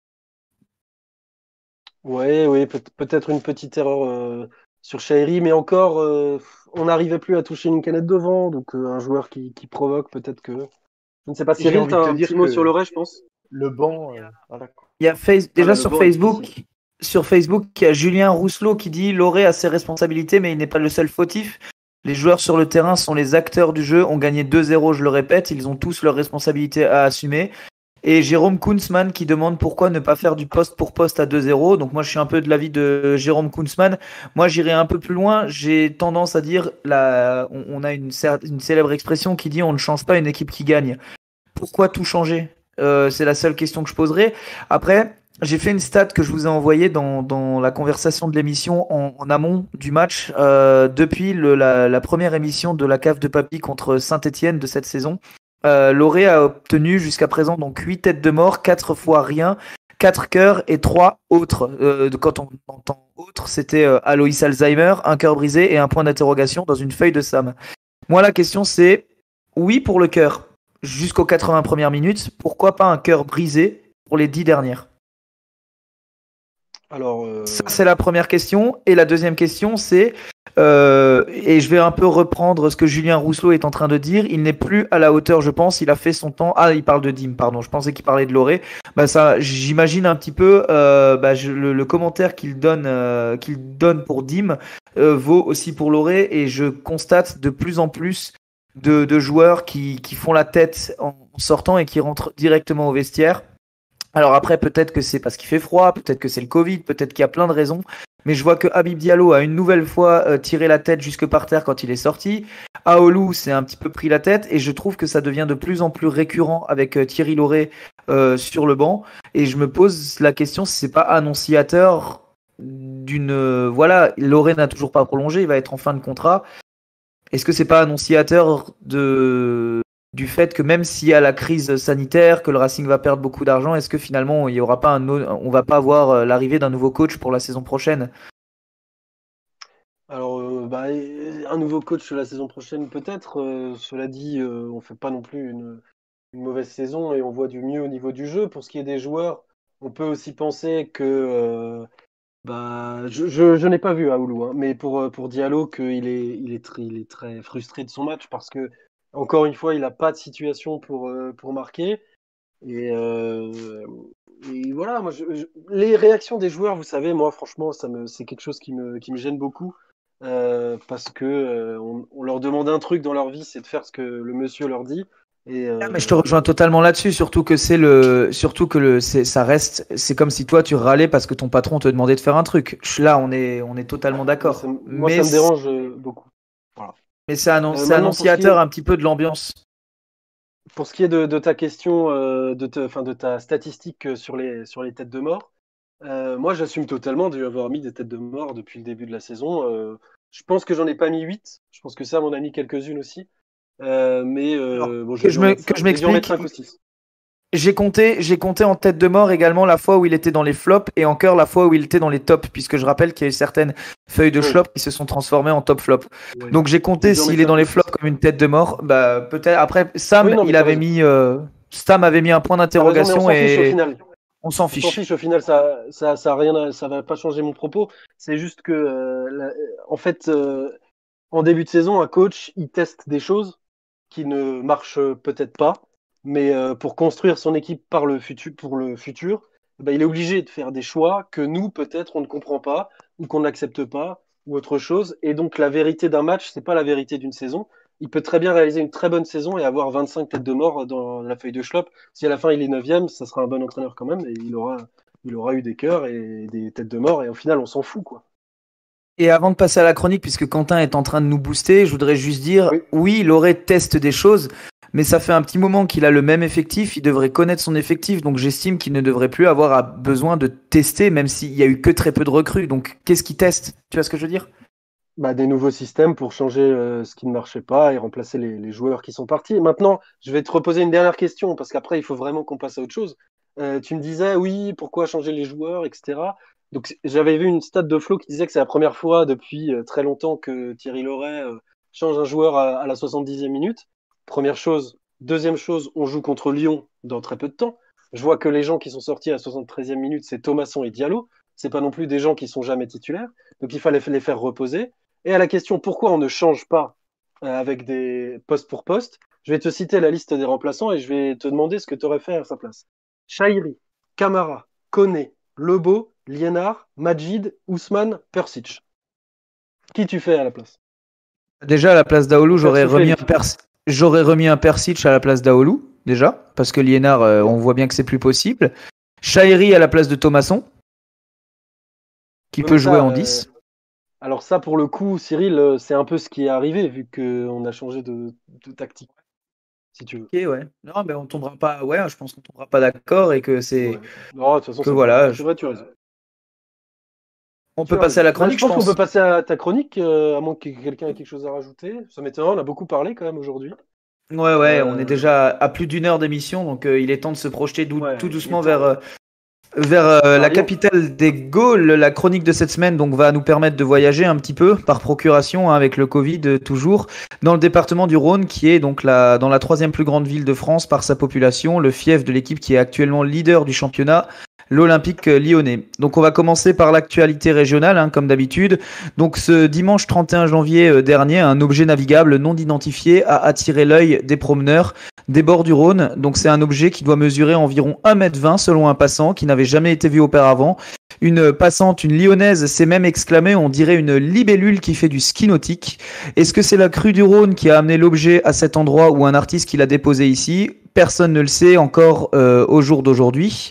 Ouais, oui, peut-être une petite erreur sur Chahiri, mais encore, on n'arrivait plus à toucher une canette devant, donc un joueur qui provoque, peut-être que. Je ne sais pas, J'ai Cyril, envie tu de as te un petit dire mot sur que le reste, je pense. le banc, voilà. Il y a déjà le sur banc est difficile. Facebook, il y a Julien Rousselot qui dit Loré a ses responsabilités, mais il n'est pas le seul fautif. Les joueurs sur le terrain sont les acteurs du jeu, ont gagné 2-0, je le répète, ils ont tous leurs responsabilités à assumer. Et Jérôme Kunzmann qui demande pourquoi ne pas faire du poste pour poste à 2-0. Donc moi je suis un peu de l'avis de Jérôme Kunzmann. Moi j'irai un peu plus loin. J'ai tendance à dire, on a une célèbre expression qui dit on ne change pas une équipe qui gagne. Pourquoi tout changer? C'est la seule question que je poserai. Après, j'ai fait une stat que je vous ai envoyée dans la conversation de l'émission en amont du match depuis la première émission de la cave de Papy contre Saint-Etienne de cette saison. Loré a obtenu jusqu'à présent donc 8 têtes de mort, 4 fois rien, 4 cœurs et 3 autres. Quand on entend autres, c'était Aloïs Alzheimer, un cœur brisé et un point d'interrogation dans une feuille de Sam. Moi la question c'est, oui pour le cœur jusqu'aux 80 premières minutes, pourquoi pas un cœur brisé pour les 10 dernières? Alors, Ça, c'est la première question. Et la deuxième question, c'est, et je vais un peu reprendre ce que Julien Rousselot est en train de dire, il n'est plus à la hauteur, je pense, il a fait son temps. Ah, il parle de Dim, pardon, je pensais qu'il parlait de Loré. Bah, ça, j'imagine un petit peu le commentaire qu'il donne pour Dim vaut aussi pour Loré, et je constate de plus en plus de joueurs qui font la tête en sortant et qui rentrent directement au vestiaire. Alors après, peut-être que c'est parce qu'il fait froid, peut-être que c'est le Covid, peut-être qu'il y a plein de raisons. Mais je vois que Habib Diallo a une nouvelle fois tiré la tête jusque par terre quand il est sorti. Aoulou s'est un petit peu pris la tête et je trouve que ça devient de plus en plus récurrent avec Thierry Laurey sur le banc. Et je me pose la question si c'est pas annonciateur d'une... voilà, Laurey n'a toujours pas prolongé, il va être en fin de contrat. Est-ce que c'est pas annonciateur du fait que même s'il y a la crise sanitaire, que le Racing va perdre beaucoup d'argent, est-ce que finalement il y aura pas on va pas avoir l'arrivée d'un nouveau coach pour la saison prochaine? Alors, un nouveau coach la saison prochaine, peut-être. Cela dit, on fait pas non plus une mauvaise saison et on voit du mieux au niveau du jeu. Pour ce qui est des joueurs, on peut aussi penser que je n'ai pas vu Aoulou, hein, mais pour Diallo, il est très frustré de son match parce que, encore une fois, il n'a pas de situation pour marquer. Et, voilà, les réactions des joueurs, vous savez, moi, franchement, c'est quelque chose qui me gêne beaucoup. Parce que on leur demande un truc dans leur vie, c'est de faire ce que le monsieur leur dit. Et, Mais je te rejoins totalement là-dessus, surtout que ça reste, c'est comme si toi tu râlais parce que ton patron te demandait de faire un truc. Là, on est totalement d'accord. Moi, ça me dérange beaucoup. Voilà. Mais c'est Maintenant, annonciateur un petit peu de l'ambiance. Pour ce qui est de ta question, de ta statistique sur les têtes de mort, moi j'assume totalement d'avoir mis des têtes de mort depuis le début de la saison. Je pense que j'en ai pas mis 8. Je pense que ça m'en a mis quelques-unes aussi. Que je m'explique. 5 ou 6. J'ai compté en tête de mort également la fois où il était dans les flops et encore la fois où il était dans les tops, puisque je rappelle qu'il y a eu certaines feuilles de flop qui se sont transformées en top flop. Ouais. Donc j'ai compté s'il est dans les flops comme une tête de mort. Bah peut-être après Sam, Stam avait mis un point d'interrogation et on s'en fiche. On s'en fiche au final, ça va pas changer mon propos. C'est juste que en fait, en début de saison, un coach il teste des choses qui ne marchent peut-être pas. Mais pour construire son équipe pour le futur, il est obligé de faire des choix que nous, peut-être, on ne comprend pas, ou qu'on n'accepte pas, ou autre chose. Et donc, la vérité d'un match, c'est pas la vérité d'une saison. Il peut très bien réaliser une très bonne saison et avoir 25 têtes de mort dans la feuille de Schlop. Si à la fin, il est 9e, ça sera un bon entraîneur quand même, et il aura eu des cœurs et des têtes de mort, et au final, on s'en fout, quoi. Et avant de passer à la chronique, puisque Quentin est en train de nous booster, je voudrais juste dire, oui Laurey teste des choses, mais ça fait un petit moment qu'il a le même effectif, il devrait connaître son effectif, donc j'estime qu'il ne devrait plus avoir besoin de tester, même s'il y a eu que très peu de recrues. Donc qu'est-ce qu'il teste? Tu vois ce que je veux dire? Des nouveaux systèmes pour changer ce qui ne marchait pas et remplacer les joueurs qui sont partis. Et maintenant, je vais te reposer une dernière question, parce qu'après, il faut vraiment qu'on passe à autre chose. Tu me disais, oui, pourquoi changer les joueurs, etc. Donc j'avais vu une stat de Flo qui disait que c'est la première fois depuis très longtemps que Thierry Laurey change un joueur à la 70e minute. Première chose. Deuxième chose, on joue contre Lyon dans très peu de temps. Je vois que les gens qui sont sortis à la 73e minute, c'est Thomasson et Diallo. C'est pas non plus des gens qui sont jamais titulaires. Donc il fallait les faire reposer. Et à la question pourquoi on ne change pas avec des postes pour poste, je vais te citer la liste des remplaçants et je vais te demander ce que tu aurais fait à sa place. Chahiri, Camara, Koné, Lebo, Liénard, Majid, Ousmane, Persic. Qui tu fais à la place? Déjà, à la place d'Aoulou, j'aurais remis un Persic à la place d'Aoulou, déjà, parce que Liénard, on voit bien que c'est plus possible. Chahiri à la place de Thomasson, qui peut jouer en 10. Alors ça, pour le coup, Cyril, c'est un peu ce qui est arrivé, vu qu'on a changé de tactique. Si tu veux. Ok, ouais. Non, mais on tombera pas. Ouais, je pense qu'on tombera pas d'accord et que c'est. Ouais. Non, de toute façon, que voilà. C'est vrai, tu as raison. On peut passer à la chronique, je pense qu'on peut passer à ta chronique, à moins que quelqu'un ait quelque chose à rajouter. Ça m'étonne, on a beaucoup parlé quand même aujourd'hui. Ouais, on est déjà à plus d'une heure d'émission, donc il est temps de se projeter tout doucement vers la capitale des Gaules. La chronique de cette semaine donc va nous permettre de voyager un petit peu par procuration avec le Covid toujours dans le département du Rhône qui est donc dans la 3e plus grande ville de France par sa population, le fief de l'équipe qui est actuellement leader du championnat, l'Olympique lyonnais. Donc on va commencer par l'actualité régionale, hein, comme d'habitude. Donc ce dimanche 31 janvier dernier, un objet navigable non identifié a attiré l'œil des promeneurs des bords du Rhône. Donc c'est un objet qui doit mesurer environ 1,20 m selon un passant qui n'avait jamais été vu auparavant. Une passante, une lyonnaise, s'est même exclamée, on dirait une libellule qui fait du ski nautique. Est-ce que c'est la crue du Rhône qui a amené l'objet à cet endroit ou un artiste qui l'a déposé ici? Personne ne le sait encore au jour d'aujourd'hui.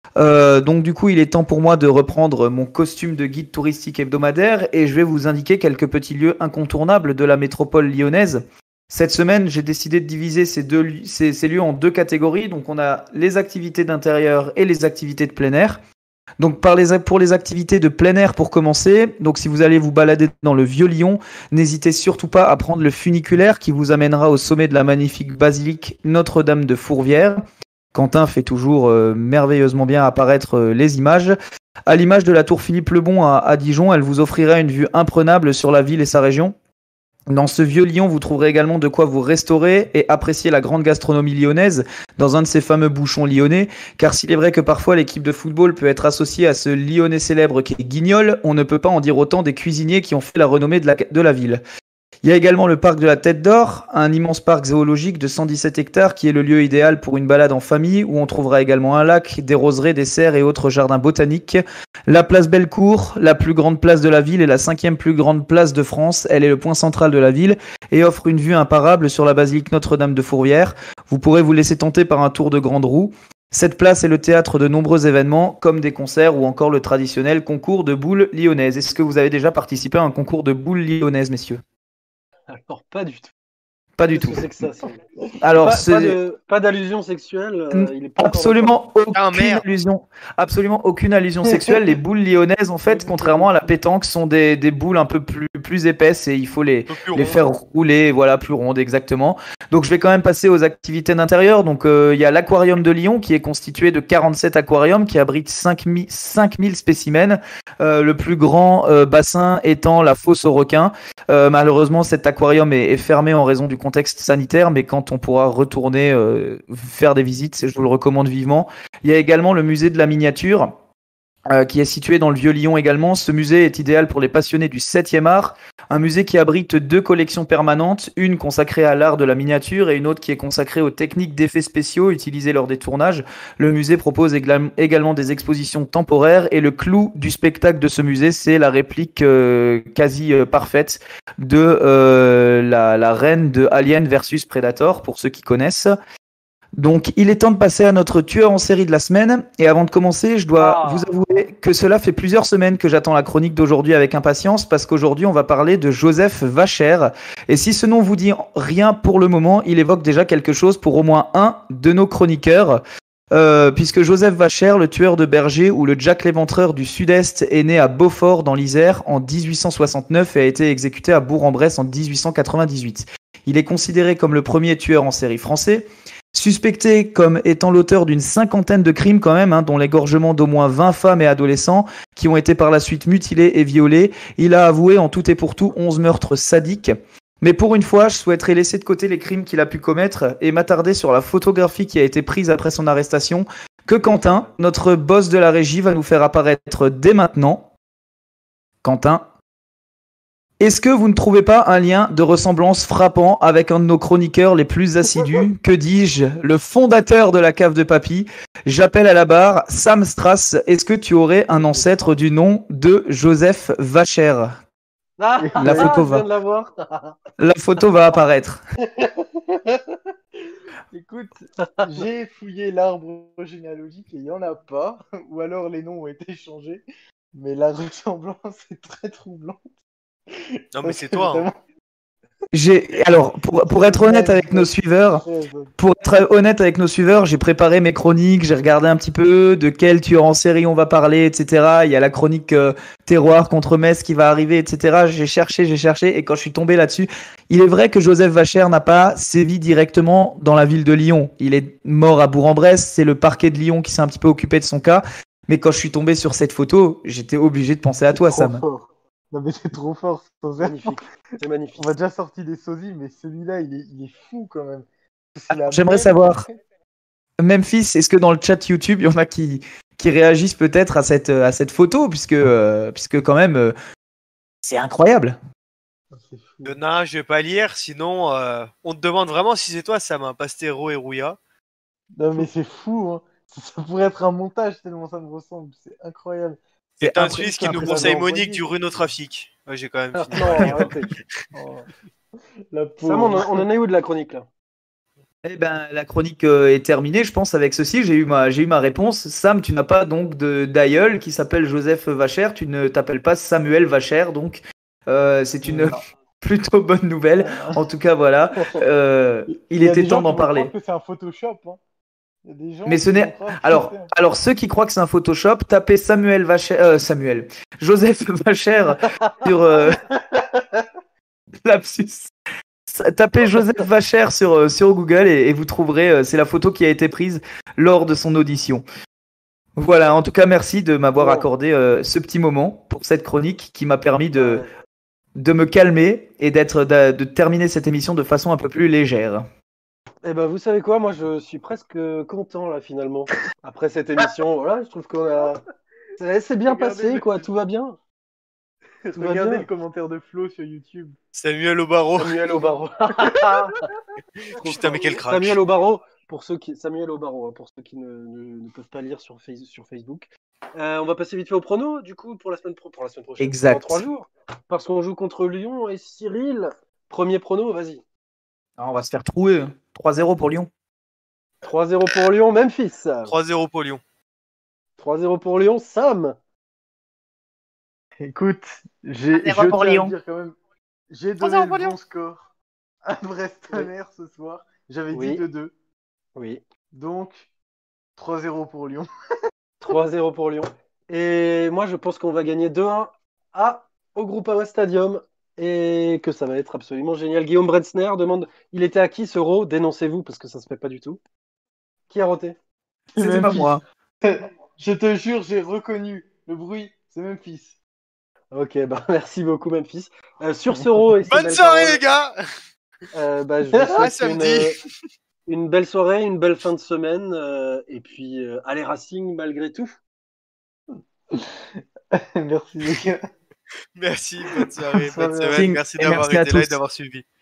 Donc du coup, il est temps pour moi de reprendre mon costume de guide touristique hebdomadaire et je vais vous indiquer quelques petits lieux incontournables de la métropole lyonnaise. Cette semaine, j'ai décidé de diviser ces lieux en deux catégories. Donc on a les activités d'intérieur et les activités de plein air. Donc pour les activités de plein air pour commencer, donc si vous allez vous balader dans le vieux Lyon, n'hésitez surtout pas à prendre le funiculaire qui vous amènera au sommet de la magnifique basilique Notre-Dame de Fourvière. Quentin fait toujours merveilleusement bien apparaître les images. À l'image de la tour Philippe le Bon à Dijon, elle vous offrira une vue imprenable sur la ville et sa région. Dans ce vieux Lyon, vous trouverez également de quoi vous restaurer et apprécier la grande gastronomie lyonnaise dans un de ces fameux bouchons lyonnais. Car s'il est vrai que parfois l'équipe de football peut être associée à ce Lyonnais célèbre qui est Guignol, on ne peut pas en dire autant des cuisiniers qui ont fait la renommée de la ville. Il y a également le parc de la Tête d'Or, un immense parc zoologique de 117 hectares qui est le lieu idéal pour une balade en famille où on trouvera également un lac, des roseraies, des serres et autres jardins botaniques. La place Bellecour, la plus grande place de la ville et la 5e plus grande place de France, elle est le point central de la ville et offre une vue imparable sur la basilique Notre-Dame de Fourvière. Vous pourrez vous laisser tenter par un tour de grande roue. Cette place est le théâtre de nombreux événements comme des concerts ou encore le traditionnel concours de boules lyonnaises. Est-ce que vous avez déjà participé à un concours de boules lyonnaises, messieurs? Alors, pas du tout. Pas du Qu'est-ce tout. que c'est que ça, Sam Alors, pas d'allusion sexuelle. Il est pas absolument Ah, merde. absolument aucune allusion sexuelle. Les boules lyonnaises, en fait, contrairement à la pétanque, sont des boules un peu plus épaisses et il faut les faire rouler, voilà, plus rondes, exactement. Donc, je vais quand même passer aux activités d'intérieur. Donc, il y a l'aquarium de Lyon qui est constitué de 47 aquariums qui abritent 5000 spécimens. Le plus grand bassin étant la fosse aux requins. Malheureusement, cet aquarium est fermé en raison du contexte sanitaire, mais quand on pourra retourner faire des visites, je vous le recommande vivement. Il y a également le musée de la miniature, qui est situé dans le Vieux-Lyon également. Ce musée est idéal pour les passionnés du 7e art. Un musée qui abrite 2 collections permanentes, une consacrée à l'art de la miniature et une autre qui est consacrée aux techniques d'effets spéciaux utilisées lors des tournages. Le musée propose également des expositions temporaires et le clou du spectacle de ce musée, c'est la réplique quasi parfaite de la reine de Alien versus Predator, pour ceux qui connaissent. Donc, il est temps de passer à notre tueur en série de la semaine. Et avant de commencer, je dois vous avouer que cela fait plusieurs semaines que j'attends la chronique d'aujourd'hui avec impatience parce qu'aujourd'hui, on va parler de Joseph Vacher. Et si ce nom vous dit rien pour le moment, il évoque déjà quelque chose pour au moins un de nos chroniqueurs. Puisque Joseph Vacher, le tueur de bergers ou le Jack l'Éventreur du Sud-Est, est né à Beaufort dans l'Isère en 1869 et a été exécuté à Bourg-en-Bresse en 1898. Il est considéré comme le premier tueur en série français. Suspecté comme étant l'auteur d'une 50aine de crimes quand même, dont l'égorgement d'au moins 20 femmes et adolescents qui ont été par la suite mutilés et violés, il a avoué en tout et pour tout 11 meurtres sadiques. Mais pour une fois, je souhaiterais laisser de côté les crimes qu'il a pu commettre et m'attarder sur la photographie qui a été prise après son arrestation, que Quentin, notre boss de la régie, va nous faire apparaître dès maintenant. Quentin, est-ce que vous ne trouvez pas un lien de ressemblance frappant avec un de nos chroniqueurs les plus assidus? Que dis-je? Le fondateur de la cave de Papy. J'appelle à la barre Sam Strass. Est-ce que tu aurais un ancêtre du nom de Joseph Vacher? La photo je viens de la voir. La photo va apparaître. Écoute, j'ai fouillé l'arbre généalogique et il n'y en a pas, ou alors les noms ont été changés, mais la ressemblance est très troublante. Non, mais c'est toi. Hein. Alors, pour être honnête avec nos suiveurs, j'ai préparé mes chroniques, j'ai regardé un petit peu de quel tueur en série on va parler, etc. Il y a la chronique Terroir contre Metz qui va arriver, etc. J'ai cherché, et quand je suis tombé là-dessus, il est vrai que Joseph Vacher n'a pas sévi directement dans la ville de Lyon. Il est mort à Bourg-en-Bresse, c'est le parquet de Lyon qui s'est un petit peu occupé de son cas. Mais quand je suis tombé sur cette photo, j'étais obligé de penser à toi, Sam. Fort. Non mais c'est trop fort, Magnifique. C'est magnifique. On m'a déjà sorti des sosies, mais celui-là, il est fou quand même. J'aimerais savoir, Memphis, est-ce que dans le chat YouTube, il y en a qui qui réagissent peut-être à cette photo, puisque quand même, c'est incroyable. C'est fou. Non, je vais pas lire, sinon on te demande vraiment si c'est toi, Sam, Pastero et Rouya. Non, mais c'est fou, hein. Ça pourrait être un montage tellement ça me ressemble. C'est incroyable. C'est un impré- Suisse c'est qui nous impressionnant. conseille envoyé. Monique du Runo Trafic. Ouais, j'ai quand même Ah, fini. non, arrêtez. Oh. La Sam, on pauvre. en est où de la chronique là? Eh ben, la chronique est terminée, je pense, avec ceci. J'ai eu ma réponse. Sam, tu n'as pas donc d'aïeul qui s'appelle Joseph Vacher. Tu ne t'appelles pas Samuel Vacher, donc c'est une plutôt bonne nouvelle. En tout cas, voilà. Il y a était des gens temps d'en qui vont croire parler. que c'est un Photoshop. Hein. Il y a des gens Mais ce qui n'est. vont croire que Alors, c'est alors, ceux qui croient que c'est un Photoshop, tapez Joseph Vacher sur lapsus. Tapez Joseph Vacher sur Google et vous trouverez, c'est la photo qui a été prise lors de son audition. Voilà, en tout cas, merci de m'avoir Bon. accordé ce petit moment pour cette chronique qui m'a permis de me calmer et de terminer cette émission de façon un peu plus légère. Eh ben, vous savez quoi, moi je suis presque content là finalement. Après cette émission, voilà, je trouve qu'on a. C'est bien Regardez passé, le- quoi, tout va bien. Tout va Regardez bien. le commentaire de Flo sur YouTube. Samuel Obaro. Samuel Obaro. Putain, mais quel crack. Samuel Obaro, Samuel Obaro, hein, pour ceux qui ne peuvent pas lire sur Facebook. On va passer vite fait au prono, du coup, pour la semaine prochaine. Exact. Dans 3 jours. Parce qu'on joue contre Lyon et Cyril. Premier prono, vas-y. On va se faire trouer. 3-0 pour Lyon. 3-0 pour Lyon, Memphis. 3-0 pour Lyon. 3-0 pour Lyon, Sam. Écoute, je 1-0 tiens pour à Lyon. dire quand même, j'ai 3-0 donné pour le Lyon. bon score à Brest-Tonnerre ce soir. J'avais Oui. dit 2-2. Oui. Donc, 3-0 pour Lyon. 3-0 pour Lyon. Et moi, je pense qu'on va gagner 2-1 au Groupama Stadium et que ça va être absolument génial. Guillaume Brensner demande, il était à qui ce Euro? Dénoncez-vous parce que ça se fait pas du tout. Qui a roté? C'était pas moi. Je te jure, j'ai reconnu le bruit, c'est Memphis. Ok, bah merci beaucoup Memphis. Sur ce Euro et ces Bonne belles soirée, paroles, les gars. bah, je vous souhaite À samedi. une belle soirée, une belle fin de semaine et puis allez Racing malgré tout. Merci les gars. Merci, bonne soirée, bonne Bonne soirée. semaine. Merci Et d'avoir merci à été là et tous. d'avoir suivi.